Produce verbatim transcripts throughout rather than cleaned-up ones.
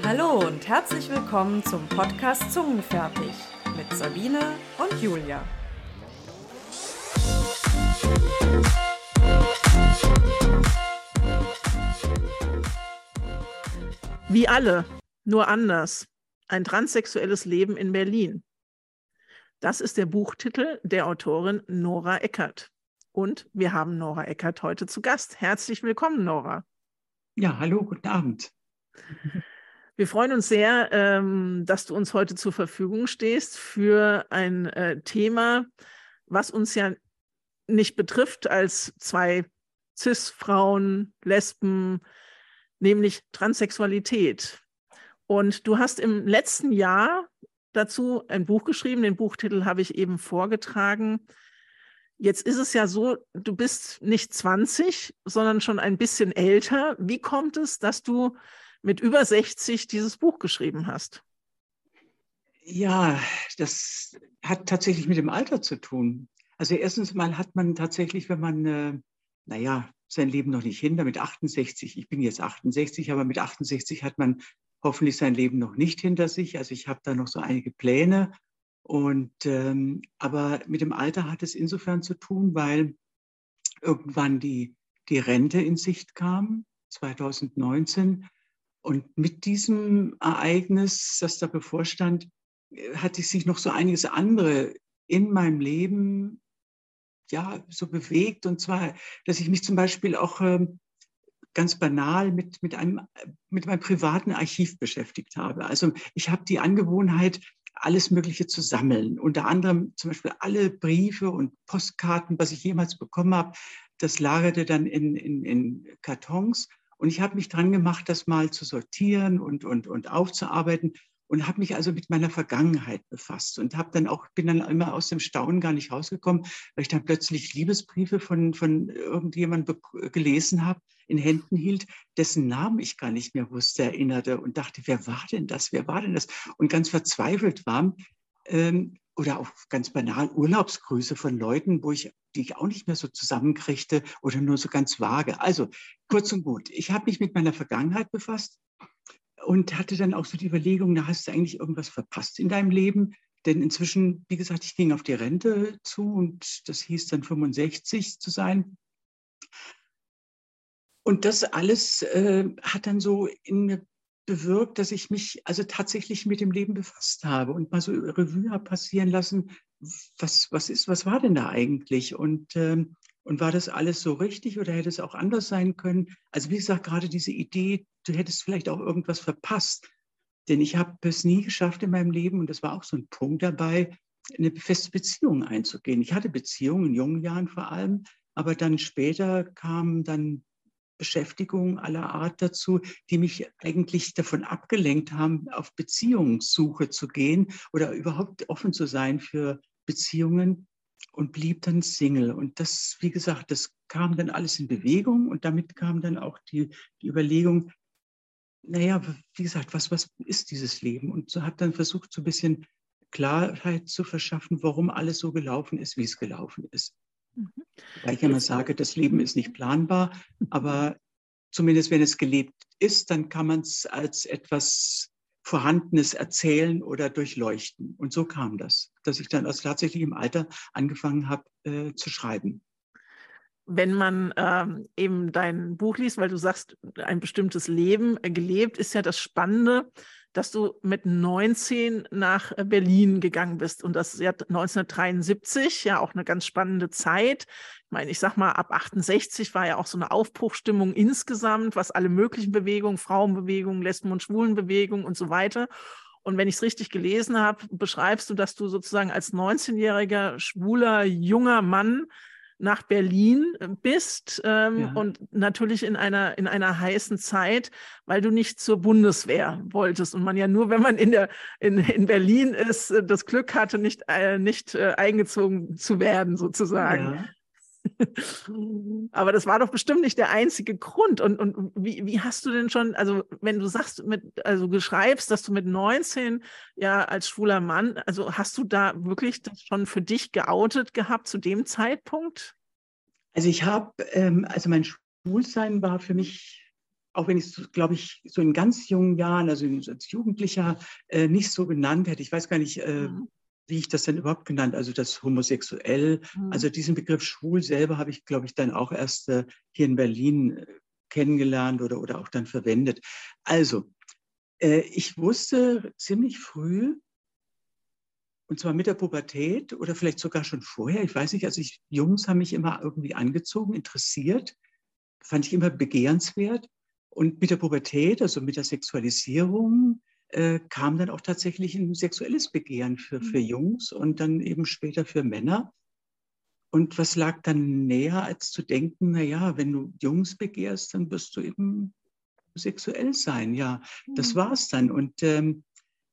Hallo und herzlich willkommen zum Podcast Zungenfertig mit Sabine und Julia. Wie alle, nur anders. Ein transsexuelles Leben in Berlin. Das ist der Buchtitel der Autorin Nora Eckert. Und wir haben Nora Eckert heute zu Gast. Herzlich willkommen, Nora. Ja, hallo, guten Abend. Wir freuen uns sehr, ähm, dass du uns heute zur Verfügung stehst für ein äh, Thema, was uns ja nicht betrifft als zwei Cis-Frauen, Lesben, nämlich Transsexualität. Und du hast im letzten Jahr dazu ein Buch geschrieben, den Buchtitel habe ich eben vorgetragen. Jetzt ist es ja so, du bist nicht zwanzig, sondern schon ein bisschen älter. Wie kommt es, dass du mit über sechzig dieses Buch geschrieben hast? Ja, das hat tatsächlich mit dem Alter zu tun. Also erstens mal hat man tatsächlich, wenn man, äh, naja, sein Leben noch nicht hinter, mit achtundsechzig, ich bin jetzt achtundsechzig, aber mit achtundsechzig hat man hoffentlich sein Leben noch nicht hinter sich. Also ich habe da noch so einige Pläne. Und, ähm, aber mit dem Alter hat es insofern zu tun, weil irgendwann die, die Rente in Sicht kam, zweitausendneunzehn. Und mit diesem Ereignis, das da bevorstand, hatte sich noch so einiges andere in meinem Leben ja so bewegt. Und zwar, dass ich mich zum Beispiel auch ähm, ganz banal mit, mit, einem, mit meinem privaten Archiv beschäftigt habe. Also ich habe die Angewohnheit, alles Mögliche zu sammeln. Unter anderem zum Beispiel alle Briefe und Postkarten, was ich jemals bekommen habe. Das lagerte dann in, in, in Kartons. Und ich habe mich dran gemacht, das mal zu sortieren und, und, und aufzuarbeiten und habe mich also mit meiner Vergangenheit befasst und habe dann auch, bin dann immer aus dem Staunen gar nicht rausgekommen, weil ich dann plötzlich Liebesbriefe von, von irgendjemandem gelesen habe, in Händen hielt, dessen Namen ich gar nicht mehr wusste, erinnerte und dachte, wer war denn das, wer war denn das? Und ganz verzweifelt war, ähm, oder auch ganz banal Urlaubsgrüße von Leuten, wo ich, die ich auch nicht mehr so zusammenkriegte oder nur so ganz vage. Also kurz und gut, ich habe mich mit meiner Vergangenheit befasst und hatte dann auch so die Überlegung, na, hast du eigentlich irgendwas verpasst in deinem Leben? Denn inzwischen, wie gesagt, ich ging auf die Rente zu und das hieß dann fünfundsechzig zu sein. Und das alles äh, hat dann so in mir bewirkt, dass ich mich also tatsächlich mit dem Leben befasst habe und mal so Revue habe passieren lassen, was, was ist, was war denn da eigentlich? Und, ähm, und war das alles so richtig oder hätte es auch anders sein können? Also wie gesagt, gerade diese Idee, du hättest vielleicht auch irgendwas verpasst. Denn ich habe es nie geschafft in meinem Leben, und das war auch so ein Punkt dabei, eine feste Beziehung einzugehen. Ich hatte Beziehungen in jungen Jahren vor allem, aber dann später kamen dann Beschäftigungen aller Art dazu, die mich eigentlich davon abgelenkt haben, auf Beziehungssuche zu gehen oder überhaupt offen zu sein für Beziehungen und blieb dann Single. Und das, wie gesagt, das kam dann alles in Bewegung und damit kam dann auch die, die Überlegung, naja, wie gesagt, was, was ist dieses Leben? Und so habe dann versucht, so ein bisschen Klarheit zu verschaffen, warum alles so gelaufen ist, wie es gelaufen ist. Mhm. Weil ich immer sage, das Leben ist nicht planbar, aber zumindest wenn es gelebt ist, dann kann man es als etwas Vorhandenes erzählen oder durchleuchten. Und so kam das, dass ich dann also tatsächlich im Alter angefangen habe äh, zu schreiben. Wenn man ähm, eben dein Buch liest, weil du sagst, ein bestimmtes Leben äh, gelebt, ist ja das Spannende, dass du mit neunzehn nach äh, Berlin gegangen bist. Und das ist ja neunzehnhundertdreiundsiebzig, ja auch eine ganz spannende Zeit. Ich meine, ich sag mal, ab achtundsechzig war ja auch so eine Aufbruchstimmung insgesamt, was alle möglichen Bewegungen, Frauenbewegungen, Lesben- und Schwulenbewegungen und so weiter. Und wenn ich es richtig gelesen habe, beschreibst du, dass du sozusagen als neunzehnjähriger, schwuler, junger Mann nach Berlin bist ähm, Ja. und natürlich in einer, in einer heißen Zeit, weil du nicht zur Bundeswehr wolltest und man ja nur, wenn man in, der, in, in Berlin ist, das Glück hatte, nicht, äh, nicht äh, eingezogen zu werden sozusagen. Ja. Aber das war doch bestimmt nicht der einzige Grund. Und, und wie, wie hast du denn schon, also wenn du sagst, mit, also du schreibst, dass du mit neunzehn ja als schwuler Mann, also hast du da wirklich das schon für dich geoutet gehabt zu dem Zeitpunkt? Also ich habe, ähm, also mein Schwulsein war für mich auch wenn ich es, glaube ich, so in ganz jungen Jahren, also als Jugendlicher, äh, nicht so genannt hätte. Ich weiß gar nicht, äh, Mhm. wie ich das denn überhaupt genannt, also das homosexuell, Mhm. also diesen Begriff schwul selber habe ich, glaube ich, dann auch erst äh, hier in Berlin äh, kennengelernt oder, oder auch dann verwendet. Also, äh, ich wusste ziemlich früh, und zwar mit der Pubertät oder vielleicht sogar schon vorher, ich weiß nicht, also ich, Jungs haben mich immer irgendwie angezogen, interessiert, fand ich immer begehrenswert. Und mit der Pubertät, also mit der Sexualisierung, äh, kam dann auch tatsächlich ein sexuelles Begehren für, für Jungs und dann eben später für Männer. Und was lag dann näher, als zu denken, naja, wenn du Jungs begehrst, dann wirst du eben sexuell sein. Ja, das Mhm. war's dann. Und, ähm,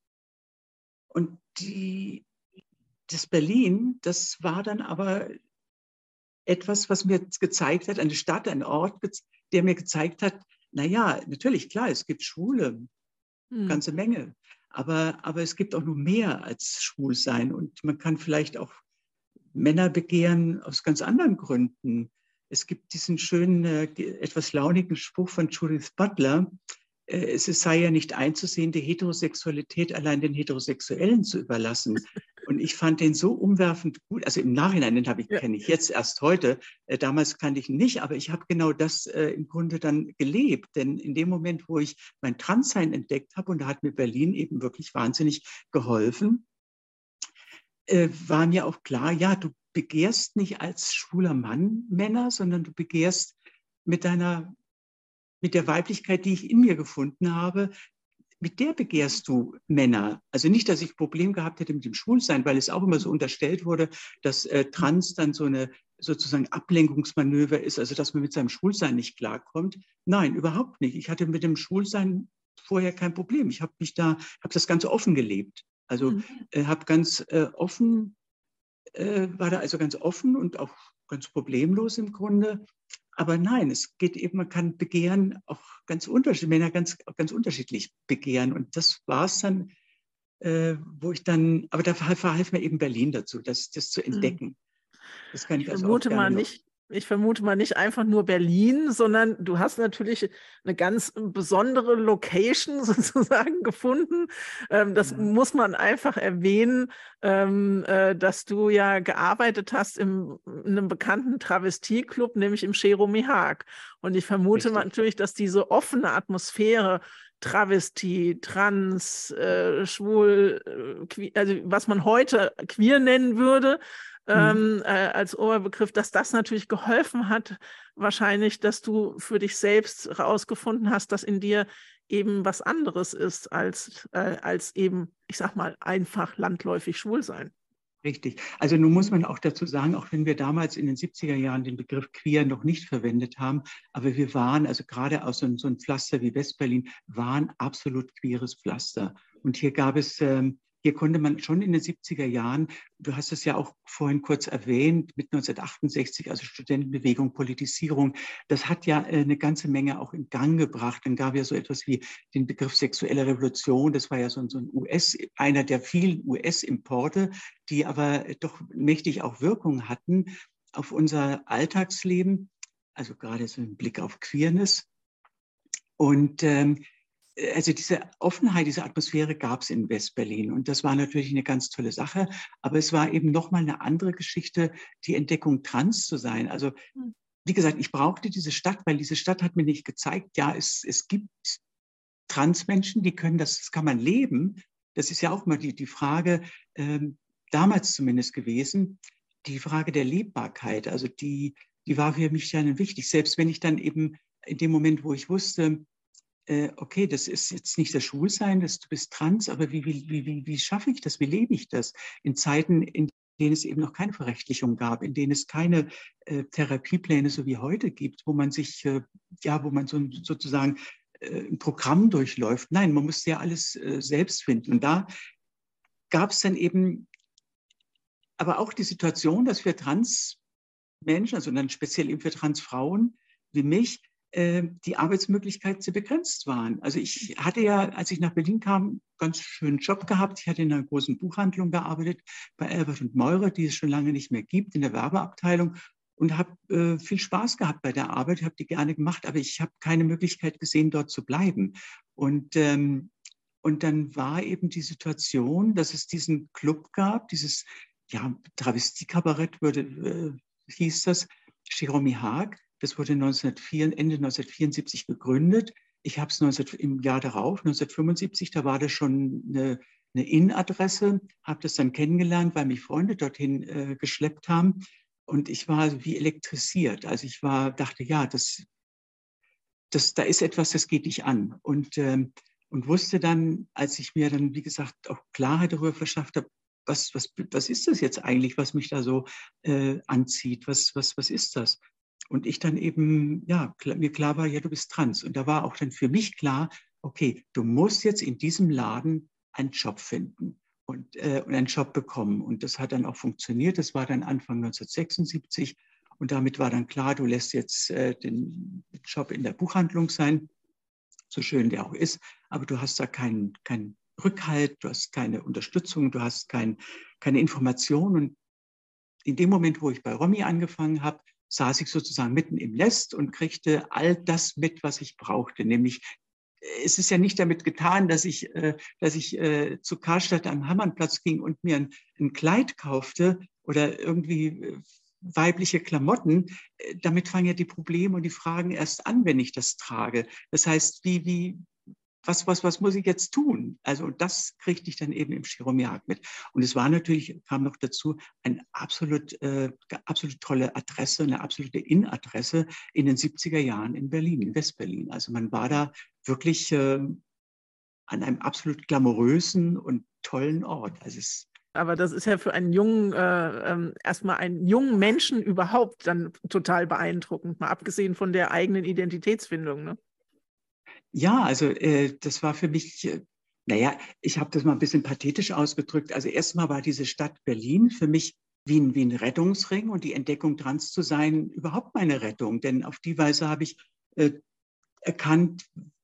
und die, das Berlin, das war dann aber etwas, was mir gezeigt hat, eine Stadt, ein Ort, der mir gezeigt hat, naja, natürlich, klar, es gibt Schwule, Mhm. ganze Menge, aber, aber es gibt auch noch mehr als schwul sein und man kann vielleicht auch Männer begehren aus ganz anderen Gründen. Es gibt diesen schönen, äh, etwas launigen Spruch von Judith Butler, äh, es sei ja nicht einzusehen, die Heterosexualität allein den Heterosexuellen zu überlassen. Und ich fand den so umwerfend gut, also im Nachhinein, den habe ich, Ja. kenne ich jetzt erst heute, äh, damals kannte ich ihn nicht, aber ich habe genau das äh, im Grunde dann gelebt, denn in dem Moment, wo ich mein Transsein entdeckt habe, und da hat mir Berlin eben wirklich wahnsinnig geholfen, äh, war mir auch klar, ja, du begehrst nicht als schwuler Mann Männer, sondern du begehrst mit deiner, mit der Weiblichkeit, die ich in mir gefunden habe, mit der begehrst du Männer. Also nicht, dass ich ein Problem gehabt hätte mit dem Schwulsein, weil es auch immer so unterstellt wurde, dass äh, Trans dann so eine sozusagen Ablenkungsmanöver ist, also dass man mit seinem Schwulsein nicht klarkommt. Nein, überhaupt nicht. Ich hatte mit dem Schwulsein vorher kein Problem. Ich habe mich da, habe das Ganze offen gelebt. Also Mhm. äh, habe ganz äh, offen, äh, war da also ganz offen und auch ganz problemlos im Grunde. Aber nein, es geht eben, man kann begehren, auch ganz unterschiedlich, Männer ganz, ganz unterschiedlich begehren. Und das war es dann, äh, wo ich dann, aber da verhalf mir eben Berlin dazu, das, das zu Mhm. entdecken. Das kann Ich ich also auch vermute mal gerne noch. nicht, ich vermute mal nicht einfach nur Berlin, sondern du hast natürlich eine ganz besondere Location sozusagen gefunden. Ähm, das Ja, muss man einfach erwähnen, ähm, äh, dass du ja gearbeitet hast im, in einem bekannten Travestieclub, nämlich im Cheromy Haag. Und ich vermute mal richtig. natürlich, dass diese offene Atmosphäre Travestie, Trans, äh, Schwul, äh, queer, also was man heute queer nennen würde, Mhm. ähm, äh, als Oberbegriff, dass das natürlich geholfen hat, wahrscheinlich, dass du für dich selbst herausgefunden hast, dass in dir eben was anderes ist als, äh, als eben, ich sag mal, einfach landläufig schwul sein. Richtig. Also nun muss man auch dazu sagen, auch wenn wir damals in den siebziger Jahren den Begriff queer noch nicht verwendet haben, aber wir waren, also gerade aus so, ein- so einem Pflaster wie Westberlin, waren absolut queeres Pflaster. Und hier gab es, ähm, hier konnte man schon in den siebziger Jahren, du hast es ja auch vorhin kurz erwähnt, mit neunzehnhundertachtundsechzig, also Studentenbewegung, Politisierung, das hat ja äh, eine ganze Menge auch in Gang gebracht. Dann gab es ja so etwas wie den Begriff sexuelle Revolution, das war ja so, ein- so ein U S, einer der vielen U S-Importe, die aber doch mächtig auch Wirkung hatten auf unser Alltagsleben, also gerade so im Blick auf Queerness. Und ähm, also diese Offenheit, diese Atmosphäre gab es in Westberlin und das war natürlich eine ganz tolle Sache, aber es war eben nochmal eine andere Geschichte, die Entdeckung trans zu sein. Also wie gesagt, ich brauchte diese Stadt, weil diese Stadt hat mir nicht gezeigt, ja, es, es gibt Transmenschen, die können das, das kann man leben. Das ist ja auch mal die, die Frage, ähm, damals zumindest gewesen, die Frage der Lebbarkeit. Also die, die war für mich dann wichtig. Selbst wenn ich dann eben in dem Moment, wo ich wusste, äh, okay, das ist jetzt nicht das Schwulsein, das, du bist trans, aber wie, wie, wie, wie, wie schaffe ich das? Wie lebe ich das? In Zeiten, in denen es eben noch keine Verrechtlichung gab, in denen es keine äh, Therapiepläne so wie heute gibt, wo man sich, äh, ja, wo man so sozusagen äh, ein Programm durchläuft. Nein, man musste ja alles äh, selbst finden. Und da gab es dann eben aber auch die Situation, dass für Transmenschen, also dann speziell eben für Transfrauen wie mich, äh, die Arbeitsmöglichkeiten sehr begrenzt waren. Also ich hatte ja, als ich nach Berlin kam, ganz schönen Job gehabt. Ich hatte in einer großen Buchhandlung gearbeitet, bei Albert und Meurer, die es schon lange nicht mehr gibt, in der Werbeabteilung. und habe äh, viel Spaß gehabt bei der Arbeit, habe die gerne gemacht, aber ich habe keine Möglichkeit gesehen, dort zu bleiben. Und, ähm, und dann war eben die Situation, dass es diesen Club gab, dieses ja, Travestie-Kabarett wurde, äh, hieß das, Jérôme Haag. Das wurde neunzehnhundertvier, Ende neunzehnhundertvierundsiebzig gegründet. Ich habe es im Jahr darauf, neunzehnhundertfünfundsiebzig, da war das schon eine, eine In-Adresse, habe das dann kennengelernt, weil mich Freunde dorthin äh, geschleppt haben. Und ich war wie elektrisiert. Also ich war, dachte, ja, das, das, da ist etwas, das geht dich an. Und, ähm, und wusste dann, als ich mir dann, wie gesagt, auch Klarheit darüber verschafft habe, was, was, was ist das jetzt eigentlich, was mich da so äh, anzieht? Was, was, was ist das? Und ich dann eben, ja, klar, mir klar war, ja, du bist trans. Und da war auch dann für mich klar, okay, du musst jetzt in diesem Laden einen Job finden und, äh, und einen Job bekommen. Und das hat dann auch funktioniert. Das war dann Anfang neunzehnhundertsechsundsiebzig. Und damit war dann klar, du lässt jetzt äh, den Job in der Buchhandlung sein, so schön der auch ist. Aber du hast da keinen kein Rückhalt, du hast keine Unterstützung, du hast kein, keine Information. Und in dem Moment, wo ich bei Romy angefangen habe, saß ich sozusagen mitten im Nest und kriegte all das mit, was ich brauchte. Nämlich, es ist ja nicht damit getan, dass ich, äh, dass ich äh, zu Karstadt am Hermannplatz ging und mir ein, ein Kleid kaufte oder irgendwie äh, weibliche Klamotten. Äh, damit fangen ja die Probleme und die Fragen erst an, wenn ich das trage. Das heißt, wie, wie, was, was, was muss ich jetzt tun? Also das kriegte ich dann eben im Jérôme Haag mit. Und es war natürlich, kam noch dazu, eine absolut, äh, absolut tolle Adresse, eine absolute In-Adresse in den siebziger Jahren in Berlin, in Westberlin. Also man war da wirklich äh, an einem absolut glamourösen und tollen Ort. Also es Aber das ist ja für einen jungen, äh, ähm, erstmal einen jungen Menschen überhaupt dann total beeindruckend, mal abgesehen von der eigenen Identitätsfindung, ne? Ja, also äh, das war für mich, äh, naja, ich habe das mal ein bisschen pathetisch ausgedrückt. Also erstmal war diese Stadt Berlin für mich wie ein, wie ein Rettungsring und die Entdeckung, trans zu sein, überhaupt meine Rettung. Denn auf die Weise habe ich äh, erkannt,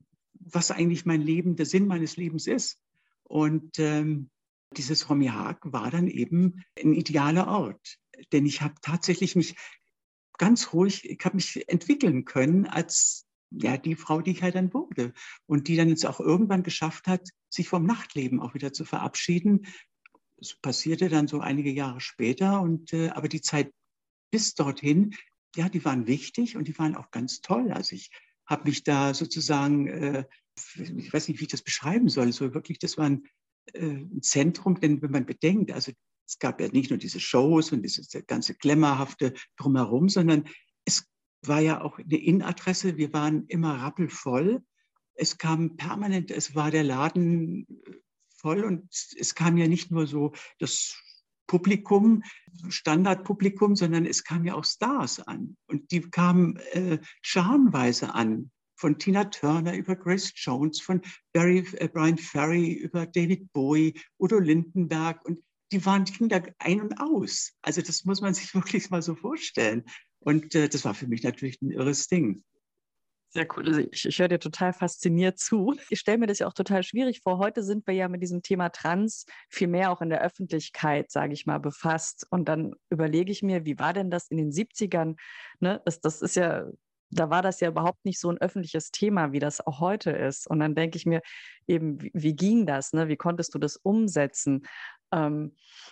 was eigentlich mein Leben, der Sinn meines Lebens ist. Und ähm, dieses Jérôme Haag war dann eben ein idealer Ort. Denn ich habe tatsächlich mich ganz ruhig, ich habe mich entwickeln können als ja, die Frau, die ich halt dann wurde und die dann jetzt auch irgendwann geschafft hat, sich vom Nachtleben auch wieder zu verabschieden. Das passierte dann so einige Jahre später, und, äh, aber die Zeit bis dorthin, ja, die waren wichtig und die waren auch ganz toll. Also ich habe mich da sozusagen, äh, ich weiß nicht, wie ich das beschreiben soll, so wirklich, das war ein, äh, ein Zentrum, denn wenn man bedenkt, also es gab ja nicht nur diese Shows und dieses ganze Glamourhafte drumherum, sondern es war ja auch eine In-Adresse. Wir waren immer rappelvoll. Es kam permanent, es war der Laden voll und es kam ja nicht nur so das Publikum, Standardpublikum, sondern es kamen ja auch Stars an. Und die kamen äh, scharenweise an. Von Tina Turner über Grace Jones, von Barry, äh, Brian Ferry über David Bowie, Udo Lindenberg. Und die waren Kinder ein und aus. Also das muss man sich wirklich mal so vorstellen. Und äh, das war für mich natürlich ein irres Ding. Sehr cool. Also ich, ich höre dir total fasziniert zu. Ich stelle mir das ja auch total schwierig vor. Heute sind wir ja mit diesem Thema Trans viel mehr auch in der Öffentlichkeit, sage ich mal, befasst. Und dann überlege ich mir, wie war denn das in den siebzigern? Ne? Das, das ist ja, da war das ja überhaupt nicht so ein öffentliches Thema, wie das auch heute ist. Und dann denke ich mir eben, wie, wie ging das? Ne? Wie konntest du das umsetzen? Ähm,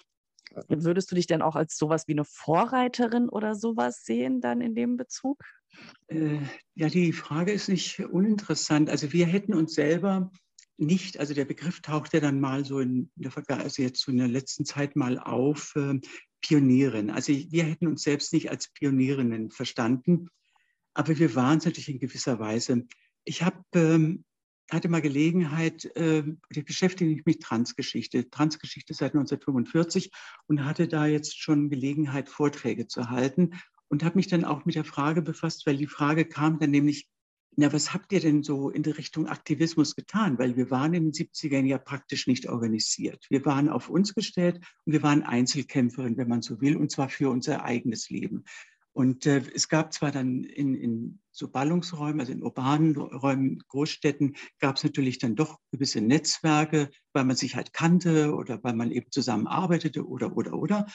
Würdest du dich denn auch als sowas wie eine Vorreiterin oder sowas sehen dann in dem Bezug? Äh, ja, die Frage ist nicht uninteressant. Also wir hätten uns selber nicht, also der Begriff tauchte dann mal so in der Vergangenheit, also jetzt so in der letzten Zeit mal auf, äh, Pionierin. Also wir hätten uns selbst nicht als Pionierinnen verstanden, aber wir waren es natürlich in gewisser Weise. Ich habe ähm, hatte mal Gelegenheit, äh, ich beschäftige mich mit Transgeschichte, Transgeschichte seit neunzehnhundertfünfundvierzig und hatte da jetzt schon Gelegenheit, Vorträge zu halten und habe mich dann auch mit der Frage befasst, weil die Frage kam dann nämlich, na, was habt ihr denn so in der Richtung Aktivismus getan? Weil wir waren in den siebzigern ja praktisch nicht organisiert. Wir waren auf uns gestellt und wir waren Einzelkämpferinnen, wenn man so will, und zwar für unser eigenes Leben. Und äh, es gab zwar dann in, in so Ballungsräumen, also in urbanen Räumen, Großstädten, gab es natürlich dann doch gewisse Netzwerke, weil man sich halt kannte oder weil man eben zusammenarbeitete oder, oder, oder.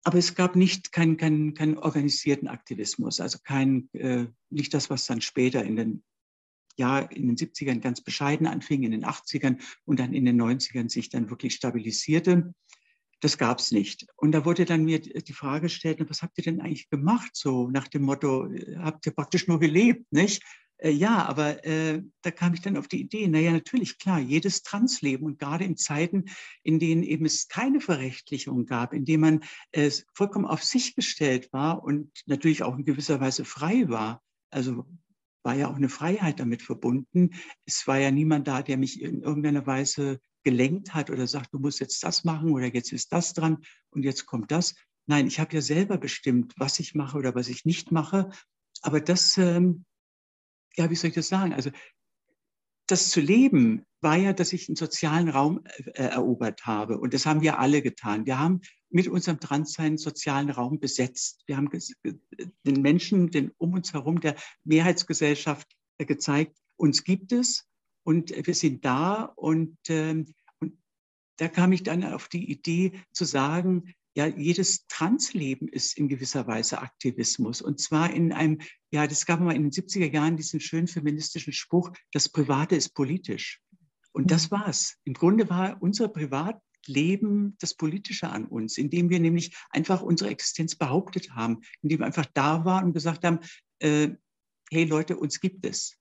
aber es gab nicht keinen kein, kein organisierten Aktivismus, also kein, äh, nicht das, was dann später in den, ja, in den siebzigern ganz bescheiden anfing, in den achtzigern und dann in den neunzigern sich dann wirklich stabilisierte. Das gab es nicht. Und da wurde dann mir die Frage gestellt, was habt ihr denn eigentlich gemacht? So nach dem Motto, habt ihr praktisch nur gelebt, nicht? Äh, ja, aber äh, da kam ich dann auf die Idee, naja, natürlich, klar, jedes Transleben und gerade in Zeiten, in denen eben es keine Verrechtlichung gab, in denen man äh, vollkommen auf sich gestellt war und natürlich auch in gewisser Weise frei war, also war ja auch eine Freiheit damit verbunden. Es war ja niemand da, der mich in irgendeiner Weise gelenkt hat oder sagt, du musst jetzt das machen oder jetzt ist das dran und jetzt kommt das. Nein, ich habe ja selber bestimmt, was ich mache oder was ich nicht mache. Aber das, ähm, ja, wie soll ich das sagen? Also das zu leben war ja, dass ich einen sozialen Raum äh, erobert habe. Und das haben wir alle getan. Wir haben mit unserem Transsein einen sozialen Raum besetzt. Wir haben den Menschen den, um uns herum, der Mehrheitsgesellschaft äh, gezeigt, uns gibt es und wir sind da. Und, ähm, und da kam ich dann auf die Idee zu sagen, ja, jedes Transleben ist in gewisser Weise Aktivismus. Und zwar in einem, ja, das gab mal in den siebziger Jahren diesen schönen feministischen Spruch, das Private ist politisch. Und das war's. Im Grunde war unser Privatleben das Politische an uns, indem wir nämlich einfach unsere Existenz behauptet haben, indem wir einfach da waren und gesagt haben, äh, hey Leute, uns gibt es.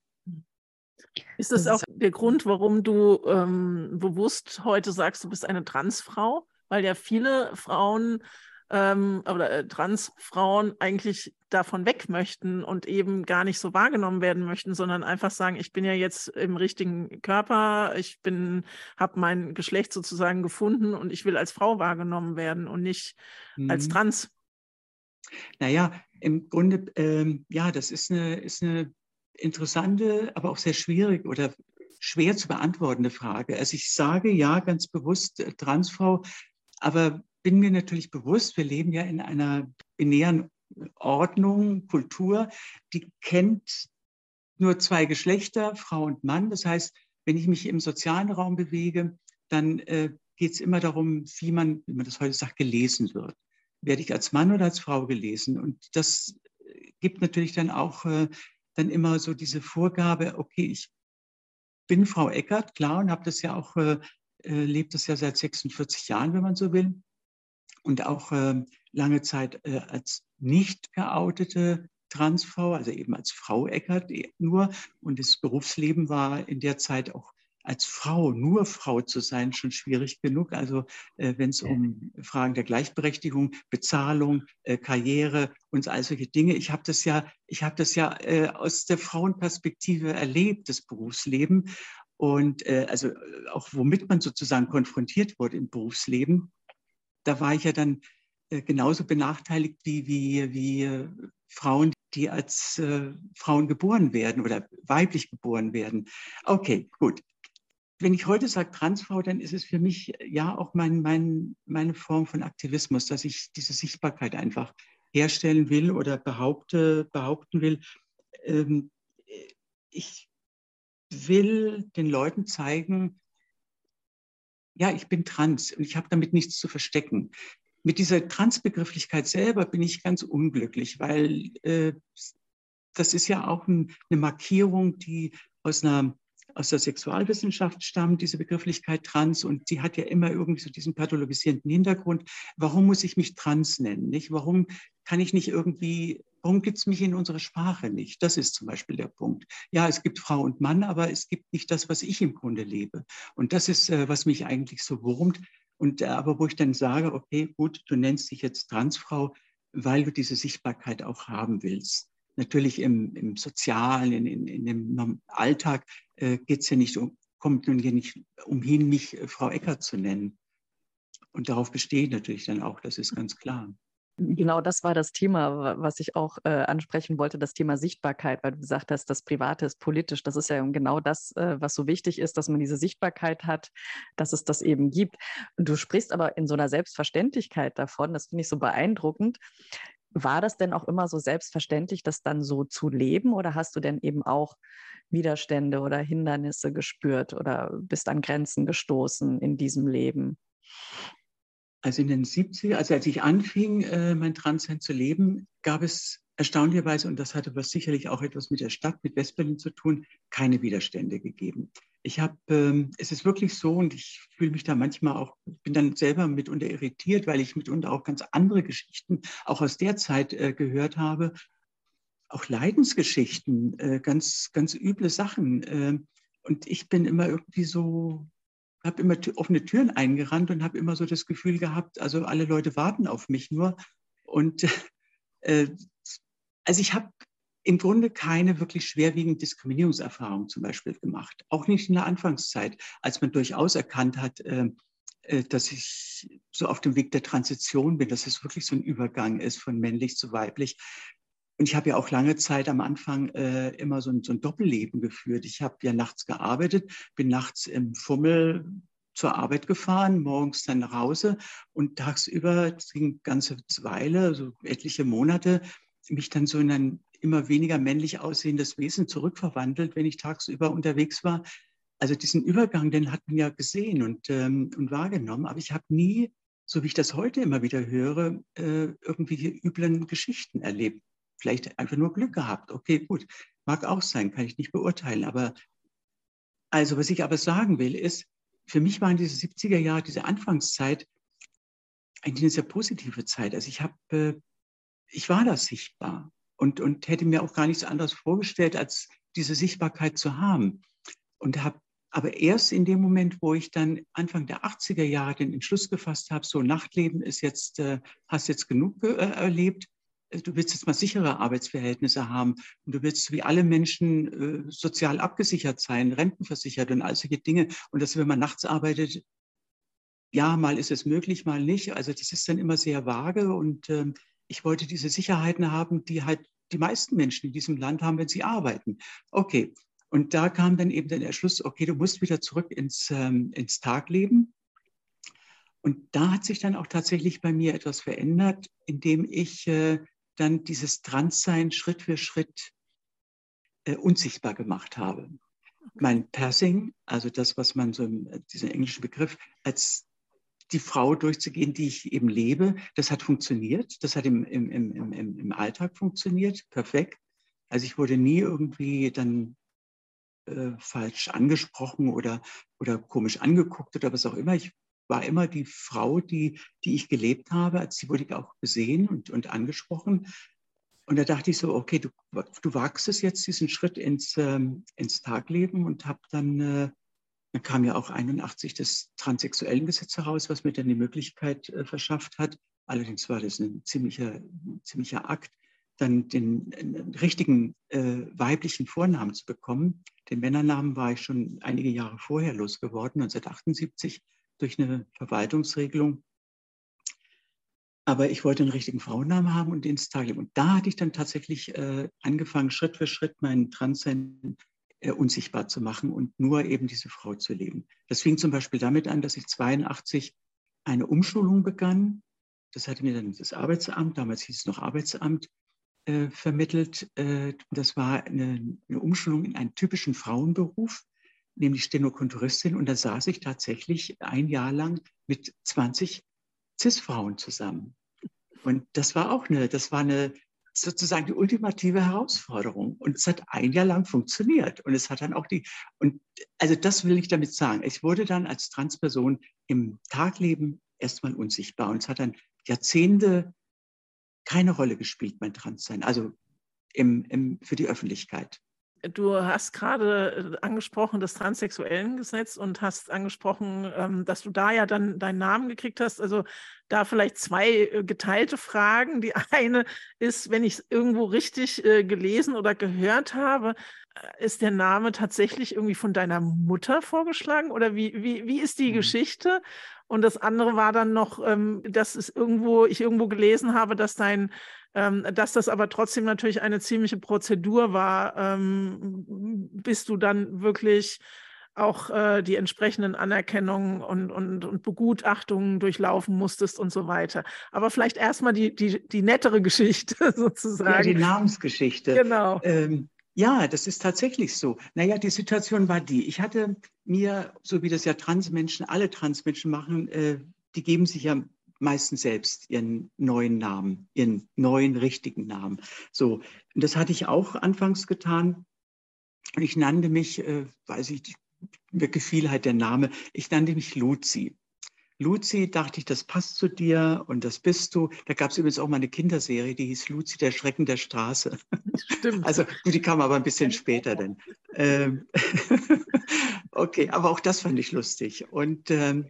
Ist das, das auch der Grund, warum du ähm, bewusst heute sagst, du bist eine Transfrau? Weil ja viele Frauen ähm, oder äh, Transfrauen eigentlich davon weg möchten und eben gar nicht so wahrgenommen werden möchten, sondern einfach sagen, ich bin ja jetzt im richtigen Körper, ich bin, habe mein Geschlecht sozusagen gefunden und ich will als Frau wahrgenommen werden und nicht hm. als Trans. Naja, im Grunde, ähm, ja, das ist eine, ist eine interessante, aber auch sehr schwierig oder schwer zu beantwortende Frage. Also ich sage ja ganz bewusst äh, Transfrau, aber bin mir natürlich bewusst, wir leben ja in einer binären Ordnung, Kultur, die kennt nur zwei Geschlechter, Frau und Mann. Das heißt, wenn ich mich im sozialen Raum bewege, dann äh, geht es immer darum, wie man, wie man das heute sagt, gelesen wird. Werde ich als Mann oder als Frau gelesen? Und das gibt natürlich dann auch äh, dann immer so diese Vorgabe, okay, ich bin Frau Eckert, klar, und habe das ja auch äh, Äh, lebt das ja seit sechsundvierzig Jahren, wenn man so will. Und auch äh, lange Zeit äh, als nicht geoutete Transfrau, also eben als Frau Eckert nur. Und das Berufsleben war in der Zeit auch als Frau, nur Frau zu sein, schon schwierig genug. Also äh, wenn es um Fragen der Gleichberechtigung, Bezahlung, äh, Karriere und all solche Dinge. Ich habe das ja, ich habe das ja äh, aus der Frauenperspektive erlebt, das Berufsleben. Und äh, also auch womit man sozusagen konfrontiert wurde im Berufsleben, da war ich ja dann äh, genauso benachteiligt wie, wie, wie äh, Frauen, die als äh, Frauen geboren werden oder weiblich geboren werden. Okay, gut. Wenn ich heute sage Transfrau, dann ist es für mich ja auch mein, mein, meine Form von Aktivismus, dass ich diese Sichtbarkeit einfach herstellen will oder behaupte, behaupten will. Ähm, ich will den Leuten zeigen, ja, ich bin trans und ich habe damit nichts zu verstecken. Mit dieser Transbegrifflichkeit selber bin ich ganz unglücklich, weil äh, das ist ja auch ein, eine Markierung, die aus einer aus der Sexualwissenschaft stammt, diese Begrifflichkeit trans, und die hat ja immer irgendwie so diesen pathologisierenden Hintergrund. Warum muss ich mich trans nennen? Nicht? Warum kann ich nicht irgendwie, warum gibt es mich in unserer Sprache nicht? Das ist zum Beispiel der Punkt. Ja, es gibt Frau und Mann, aber es gibt nicht das, was ich im Grunde lebe. Und das ist, äh, was mich eigentlich so wurmt. Und äh, aber wo ich dann sage, okay, gut, du nennst dich jetzt Transfrau, weil du diese Sichtbarkeit auch haben willst. Natürlich im, im Sozialen, in, in, in dem Alltag äh, geht es ja nicht um, kommt nun hier nicht umhin, mich äh, Frau Eckert zu nennen. Und darauf bestehe ich natürlich dann auch, das ist ganz klar. Genau, das war das Thema, was ich auch äh, ansprechen wollte, das Thema Sichtbarkeit, weil du gesagt hast, das Private ist politisch. Das ist ja genau das, äh, was so wichtig ist, dass man diese Sichtbarkeit hat, dass es das eben gibt. Und du sprichst aber in so einer Selbstverständlichkeit davon, das finde ich so beeindruckend. War das denn auch immer so selbstverständlich, das dann so zu leben, oder hast du denn eben auch Widerstände oder Hindernisse gespürt oder bist an Grenzen gestoßen in diesem Leben? Also in den siebziger, also als ich anfing, äh, mein Transsein zu leben, gab es erstaunlicherweise, und das hatte was sicherlich auch etwas mit der Stadt, mit West-Berlin zu tun, keine Widerstände gegeben. Ich habe, ähm, es ist wirklich so, und ich fühle mich da manchmal auch, bin dann selber mitunter irritiert, weil ich mitunter auch ganz andere Geschichten auch aus der Zeit äh, gehört habe, auch Leidensgeschichten, äh, ganz, ganz üble Sachen. Äh, und ich bin immer irgendwie so, habe immer offene Türen eingerannt und habe immer so das Gefühl gehabt, also alle Leute warten auf mich nur. Und äh, also ich habe im Grunde keine wirklich schwerwiegende Diskriminierungserfahrung zum Beispiel gemacht. Auch nicht in der Anfangszeit, als man durchaus erkannt hat, äh, äh, dass ich so auf dem Weg der Transition bin, dass es wirklich so ein Übergang ist von männlich zu weiblich. Und ich habe ja auch lange Zeit am Anfang äh, immer so ein, so ein Doppelleben geführt. Ich habe ja nachts gearbeitet, bin nachts im Fummel zur Arbeit gefahren, morgens dann nach Hause und tagsüber, das ging eine ganze Weile, so etliche Monate, mich dann so in ein immer weniger männlich aussehendes Wesen zurückverwandelt, wenn ich tagsüber unterwegs war. Also diesen Übergang, den hat man ja gesehen und, ähm, und wahrgenommen, aber ich habe nie, so wie ich das heute immer wieder höre, äh, irgendwie üblen Geschichten erlebt. Vielleicht einfach nur Glück gehabt. Okay, gut, mag auch sein, kann ich nicht beurteilen. Aber also, was ich aber sagen will, ist, für mich waren diese siebziger Jahre, diese Anfangszeit, eigentlich eine sehr positive Zeit. Also ich habe, äh, ich war da sichtbar und, und hätte mir auch gar nichts anderes vorgestellt, als diese Sichtbarkeit zu haben. Und habe aber erst in dem Moment, wo ich dann Anfang der achtziger Jahre den Entschluss gefasst habe, so Nachtleben ist jetzt, äh, hast jetzt genug äh, erlebt, du willst jetzt mal sichere Arbeitsverhältnisse haben und du willst wie alle Menschen äh, sozial abgesichert sein, rentenversichert und all solche Dinge. Und dass, wenn man nachts arbeitet, ja, mal ist es möglich, mal nicht. Also das ist dann immer sehr vage und ähm, ich wollte diese Sicherheiten haben, die halt die meisten Menschen in diesem Land haben, wenn sie arbeiten. Okay, und da kam dann eben der Entschluss, okay, du musst wieder zurück ins, ähm, ins Tagleben. Und da hat sich dann auch tatsächlich bei mir etwas verändert, indem ich äh, dann dieses Transsein Schritt für Schritt äh, unsichtbar gemacht habe. Okay. Mein Passing, also das, was man so, im, diesen englischen Begriff, als die Frau durchzugehen, die ich eben lebe, das hat funktioniert. Das hat im, im, im, im, im Alltag funktioniert, perfekt. Also ich wurde nie irgendwie dann äh, falsch angesprochen oder, oder komisch angeguckt oder was auch immer. Ich war immer die Frau, die, die ich gelebt habe, als sie wurde ich auch gesehen und, und angesprochen. Und da dachte ich so, okay, du, du wagst es jetzt, diesen Schritt ins, ähm, ins Tagleben und habe dann, äh, dann kam ja auch einundachtzig das Transsexuellengesetz heraus, was mir dann die Möglichkeit äh, verschafft hat. Allerdings war das ein ziemlicher, ein ziemlicher Akt, dann den, den richtigen äh, weiblichen Vornamen zu bekommen. Den Männernamen war ich schon einige Jahre vorher losgeworden, neunzehnhundertachtundsiebzig, durch eine Verwaltungsregelung. Aber ich wollte einen richtigen Frauennamen haben und ins Tagleben. Und da hatte ich dann tatsächlich äh, angefangen, Schritt für Schritt meinen Transsein äh, unsichtbar zu machen und nur eben diese Frau zu leben. Das fing zum Beispiel damit an, dass ich zweiundachtzig eine Umschulung begann. Das hatte mir dann das Arbeitsamt, damals hieß es noch Arbeitsamt, äh, vermittelt. Äh, das war eine, eine Umschulung in einen typischen Frauenberuf, nämlich Stenokontoristin. Und da saß ich tatsächlich ein Jahr lang mit zwanzig Cis-Frauen zusammen. Und das war auch eine, das war eine sozusagen die ultimative Herausforderung. Und es hat ein Jahr lang funktioniert. Und es hat dann auch die, und also das will ich damit sagen. Ich wurde dann als Transperson im Tagleben erstmal unsichtbar. Und es hat dann Jahrzehnte keine Rolle gespielt, mein Transsein, also im, im, für die Öffentlichkeit. Du hast gerade angesprochen das Transsexuellengesetz und hast angesprochen, ähm, dass du da ja dann deinen Namen gekriegt hast. Also da vielleicht zwei äh, geteilte Fragen. Die eine ist, wenn ich es irgendwo richtig äh, gelesen oder gehört habe, äh, ist der Name tatsächlich irgendwie von deiner Mutter vorgeschlagen? Oder wie, wie, wie ist die mhm. Geschichte? Und das andere war dann noch, ähm, dass es irgendwo, ich irgendwo gelesen habe, dass dein Ähm, dass das aber trotzdem natürlich eine ziemliche Prozedur war, ähm, bis du dann wirklich auch äh, die entsprechenden Anerkennungen und, und, und Begutachtungen durchlaufen musstest und so weiter. Aber vielleicht erstmal die, die, die nettere Geschichte sozusagen. Ja, die Namensgeschichte. Genau. Ähm, ja, das ist tatsächlich so. Naja, die Situation war die. Ich hatte mir, so wie das ja Transmenschen, alle Transmenschen machen, äh, die geben sich ja meistens selbst ihren neuen Namen, ihren neuen richtigen Namen. So, und das hatte ich auch anfangs getan. Und ich nannte mich, äh, weiß ich, mir gefiel halt der Name, ich nannte mich Luzi. Luzi, dachte ich, das passt zu dir und das bist du. Da gab es übrigens auch mal eine Kinderserie, die hieß Luzi, der Schrecken der Straße. Stimmt. Also gut, die kam aber ein bisschen später dann. Ähm, okay, aber auch das fand ich lustig. Und ähm,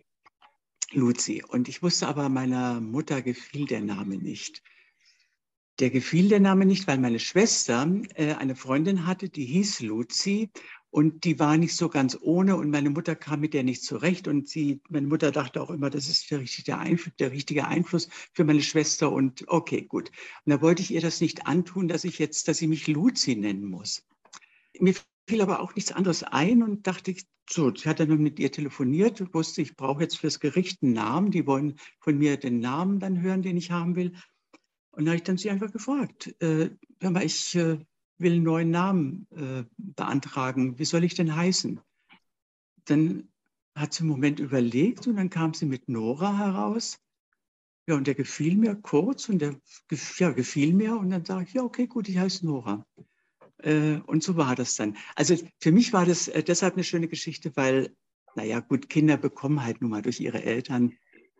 Luzi. Und ich wusste aber, meiner Mutter gefiel der Name nicht. Der gefiel der Name nicht, weil meine Schwester äh, eine Freundin hatte, die hieß Luzi. Und die war nicht so ganz ohne und meine Mutter kam mit der nicht zurecht. Und sie, meine Mutter dachte auch immer, das ist der richtige, Einfluss, der richtige Einfluss für meine Schwester. Und okay, gut. Und da wollte ich ihr das nicht antun, dass ich jetzt, dass sie mich Luzi nennen muss. Mir fiel aber auch nichts anderes ein und dachte ich, so, ich hatte dann mit ihr telefoniert, wusste, ich brauche jetzt fürs Gericht einen Namen. Die wollen von mir den Namen dann hören, den ich haben will. Und da habe ich dann sie einfach gefragt, äh, hör mal, ich äh, will einen neuen Namen äh, beantragen. Wie soll ich denn heißen? Dann hat sie einen Moment überlegt und dann kam sie mit Nora heraus. Ja, und der gefiel mir kurz und der ja, gefiel mir. Und dann sage ich, ja, okay, gut, ich heiße Nora. Äh, und so war das dann. Also für mich war das äh, deshalb eine schöne Geschichte, weil, naja, gut, Kinder bekommen halt nun mal durch ihre Eltern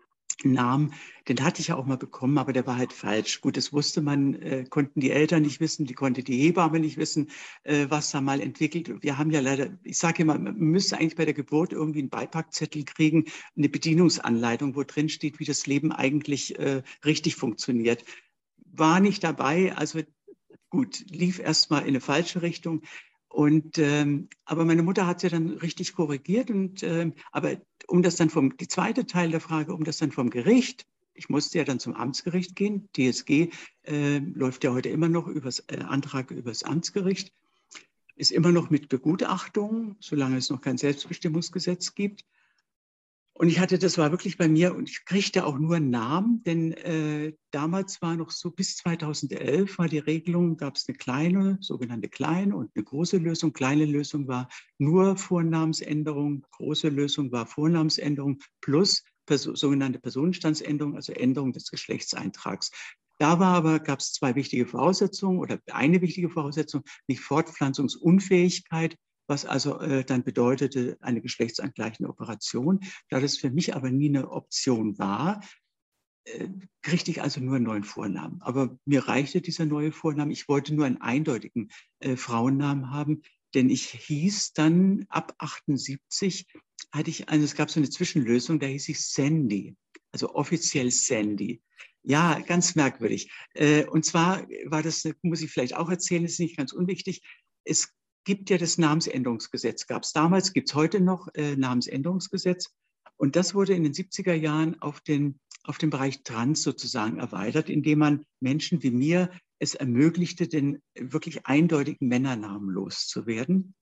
Namen, den hatte ich ja auch mal bekommen, aber der war halt falsch. Gut, das wusste man, äh, konnten die Eltern nicht wissen, die konnte die Hebamme nicht wissen, äh, was da mal entwickelt. Wir haben ja leider, ich sage immer, man müsste eigentlich bei der Geburt irgendwie einen Beipackzettel kriegen, eine Bedienungsanleitung, wo drin steht, wie das Leben eigentlich äh, richtig funktioniert. War nicht dabei, also gut, lief erstmal in eine falsche Richtung. Und, ähm, aber meine Mutter hat sie dann richtig korrigiert. Und, ähm, aber um das dann vom, die zweite Teil der Frage, um das dann vom Gericht, ich musste ja dann zum Amtsgericht gehen. D S G äh, läuft ja heute immer noch übers äh, Antrag übers Amtsgericht, ist immer noch mit Begutachtung, solange es noch kein Selbstbestimmungsgesetz gibt. Und ich hatte, das war wirklich bei mir, und ich kriegte auch nur einen Namen, denn äh, damals war noch so, bis zweitausendelf war die Regelung, gab es eine kleine, sogenannte kleine und eine große Lösung. Kleine Lösung war nur Vornamensänderung, große Lösung war Vornamensänderung plus perso- sogenannte Personenstandsänderung, also Änderung des Geschlechtseintrags. Da war aber, gab es zwei wichtige Voraussetzungen oder eine wichtige Voraussetzung, nicht Fortpflanzungsunfähigkeit, was also äh, dann bedeutete eine geschlechtsangleichende Operation. Da das für mich aber nie eine Option war, äh, kriegte ich also nur einen neuen Vornamen. Aber mir reichte dieser neue Vorname. Ich wollte nur einen eindeutigen äh, Frauennamen haben, denn ich hieß dann ab achtundsiebzig, hatte ich, also es gab so eine Zwischenlösung, da hieß ich Sandy, also offiziell Sandy. Ja, ganz merkwürdig. Äh, und zwar war das, muss ich vielleicht auch erzählen, ist nicht ganz unwichtig, es gibt ja das Namensänderungsgesetz, gab es damals, gibt es heute noch äh, Namensänderungsgesetz. Und das wurde in den siebziger Jahren auf den, auf den Bereich Trans sozusagen erweitert, indem man Menschen wie mir es ermöglichte, den wirklich eindeutigen Männernamen loszuwerden.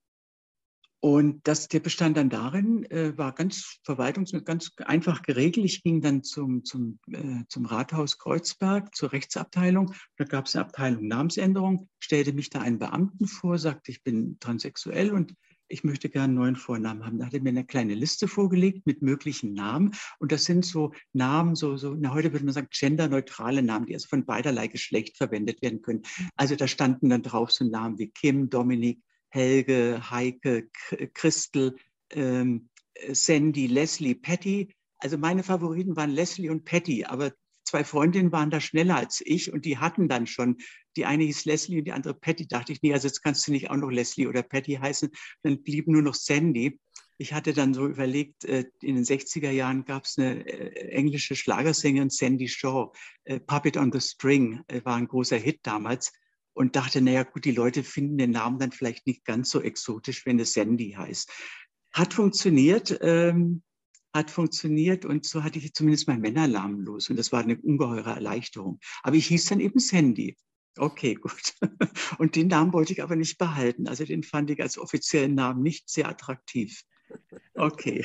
Und das, der bestand dann darin, äh, war ganz verwaltungs- ganz einfach geregelt. Ich ging dann zum, zum, äh, zum Rathaus Kreuzberg, zur Rechtsabteilung. Da gab es eine Abteilung Namensänderung, stellte mich da einen Beamten vor, sagte, ich bin transsexuell und ich möchte gerne einen neuen Vornamen haben. Da hat er mir eine kleine Liste vorgelegt mit möglichen Namen. Und das sind so Namen, so, so na, heute würde man sagen, genderneutrale Namen, die also von beiderlei Geschlecht verwendet werden können. Also da standen dann drauf so Namen wie Kim, Dominik, Helge, Heike, Christel, ähm, Sandy, Leslie, Patty. Also meine Favoriten waren Leslie und Patty, aber zwei Freundinnen waren da schneller als ich und die hatten dann schon, die eine hieß Leslie und die andere Patty. Dachte ich, nee, also jetzt kannst du nicht auch noch Leslie oder Patty heißen. Dann blieb nur noch Sandy. Ich hatte dann so überlegt, in den sechziger Jahren gab es eine englische Schlagersängerin, Sandy Shaw, Puppet on the String, war ein großer Hit damals. Und dachte, naja gut, die Leute finden den Namen dann vielleicht nicht ganz so exotisch, wenn es Sandy heißt. Hat funktioniert, ähm, hat funktioniert und so hatte ich zumindest meinen Männernamen los und das war eine ungeheure Erleichterung. Aber ich hieß dann eben Sandy. Okay, gut. Und den Namen wollte ich aber nicht behalten. Also den fand ich als offiziellen Namen nicht sehr attraktiv. Okay.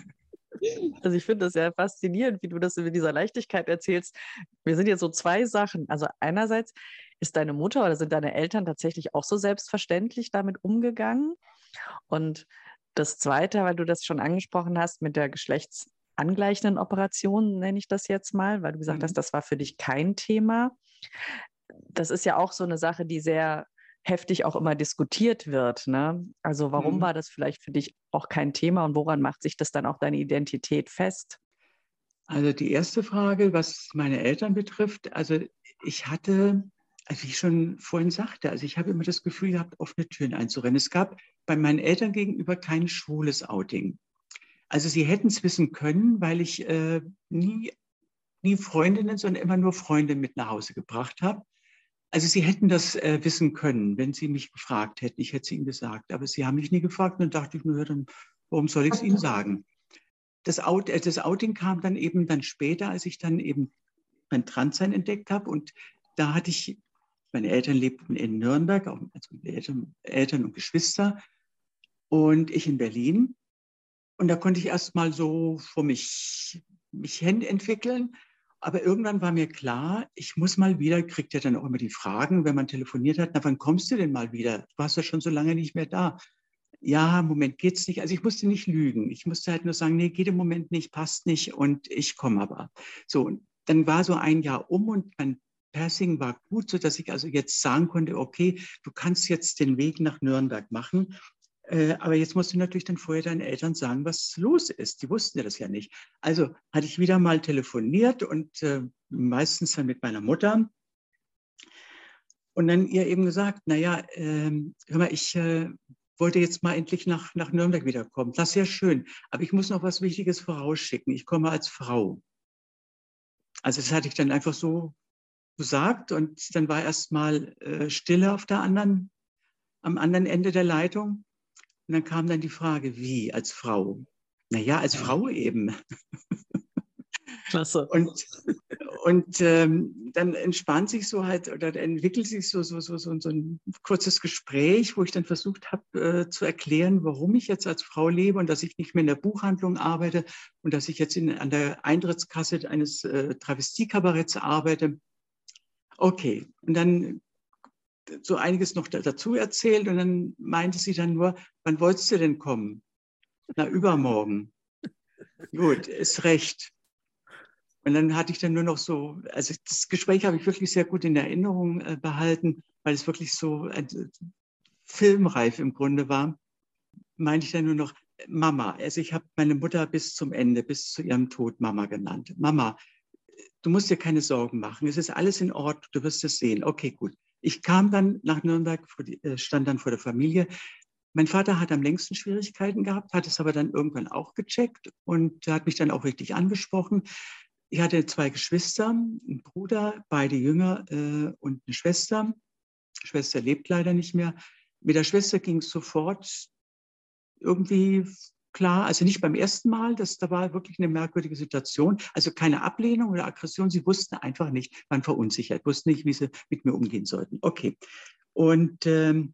Also ich finde das sehr faszinierend, wie du das mit dieser Leichtigkeit erzählst. Mir sind jetzt so zwei Sachen. Also einerseits, ist deine Mutter oder sind deine Eltern tatsächlich auch so selbstverständlich damit umgegangen? Und das Zweite, weil du das schon angesprochen hast mit der Geschlechts angleichenden Operationen, nenne ich das jetzt mal, weil du gesagt Mhm. hast, das war für dich kein Thema. Das ist ja auch so eine Sache, die sehr heftig auch immer diskutiert wird, ne? Also warum Mhm. war das vielleicht für dich auch kein Thema und woran macht sich das dann auch deine Identität fest? Also die erste Frage, was meine Eltern betrifft, also ich hatte, also wie ich schon vorhin sagte, also ich habe immer das Gefühl gehabt, offene Türen einzurennen. Es gab bei meinen Eltern gegenüber kein schwules Outing. Also sie hätten es wissen können, weil ich äh, nie, nie Freundinnen, sondern immer nur Freunde mit nach Hause gebracht habe. Also sie hätten das äh, wissen können, wenn sie mich gefragt hätten. Ich hätte es ihnen gesagt. Aber sie haben mich nie gefragt und dann dachte ich mir, dann, warum soll ich es ihnen sagen? Das, Out, äh, das Outing kam dann eben dann später, als ich dann eben mein Transsein entdeckt habe. Und da hatte ich, meine Eltern lebten in Nürnberg, auch, also Eltern, Eltern und Geschwister, und ich in Berlin. Und da konnte ich erst mal so vor mich, mich hin entwickeln. Aber irgendwann war mir klar, ich muss mal wieder, kriegt ja dann auch immer die Fragen, wenn man telefoniert hat, na, wann kommst du denn mal wieder? Du warst ja schon so lange nicht mehr da. Ja, im Moment geht's nicht. Also ich musste nicht lügen. Ich musste halt nur sagen, nee, geht im Moment nicht, passt nicht und ich komme aber. So, und dann war so ein Jahr um und mein Passing war gut, sodass ich also jetzt sagen konnte, okay, du kannst jetzt den Weg nach Nürnberg machen. Äh, aber jetzt musst du natürlich dann vorher deinen Eltern sagen, was los ist. Die wussten ja das ja nicht. Also hatte ich wieder mal telefoniert und äh, meistens dann mit meiner Mutter. Und dann ihr eben gesagt, naja, ähm, hör mal, ich äh, wollte jetzt mal endlich nach, nach Nürnberg wiederkommen. Das ist ja schön, aber ich muss noch was Wichtiges vorausschicken. Ich komme als Frau. Also das hatte ich dann einfach so gesagt und dann war erst mal äh, Stille auf der anderen, am anderen Ende der Leitung. Und dann kam dann die Frage, wie als Frau? Naja, als Frau eben. Klasse. Und, und ähm, dann entspannt sich so halt oder entwickelt sich so, so, so, so, so ein kurzes Gespräch, wo ich dann versucht habe äh, zu erklären, warum ich jetzt als Frau lebe und dass ich nicht mehr in der Buchhandlung arbeite und dass ich jetzt in, an der Eintrittskasse eines äh, Travestiekabaretts arbeite. Okay, und dann so einiges noch dazu erzählt und dann meinte sie dann nur, wann wolltest du denn kommen? Na, übermorgen. Gut, ist recht. Und dann hatte ich dann nur noch so, also das Gespräch habe ich wirklich sehr gut in Erinnerung äh, behalten, weil es wirklich so äh, filmreif im Grunde war. Meinte ich dann nur noch, Mama, also ich habe meine Mutter bis zum Ende, bis zu ihrem Tod Mama genannt. Mama, du musst dir keine Sorgen machen, es ist alles in Ordnung, du wirst es sehen. Okay, gut. Ich kam dann nach Nürnberg, stand dann vor der Familie. Mein Vater hat am längsten Schwierigkeiten gehabt, hat es aber dann irgendwann auch gecheckt und hat mich dann auch richtig angesprochen. Ich hatte zwei Geschwister, einen Bruder, beide jünger äh, und eine Schwester. Die Schwester lebt leider nicht mehr. Mit der Schwester ging es sofort irgendwie klar, also nicht beim ersten Mal, das, da war wirklich eine merkwürdige Situation, also keine Ablehnung oder Aggression, sie wussten einfach nicht, waren verunsichert, wussten nicht, wie sie mit mir umgehen sollten. Okay, und ähm,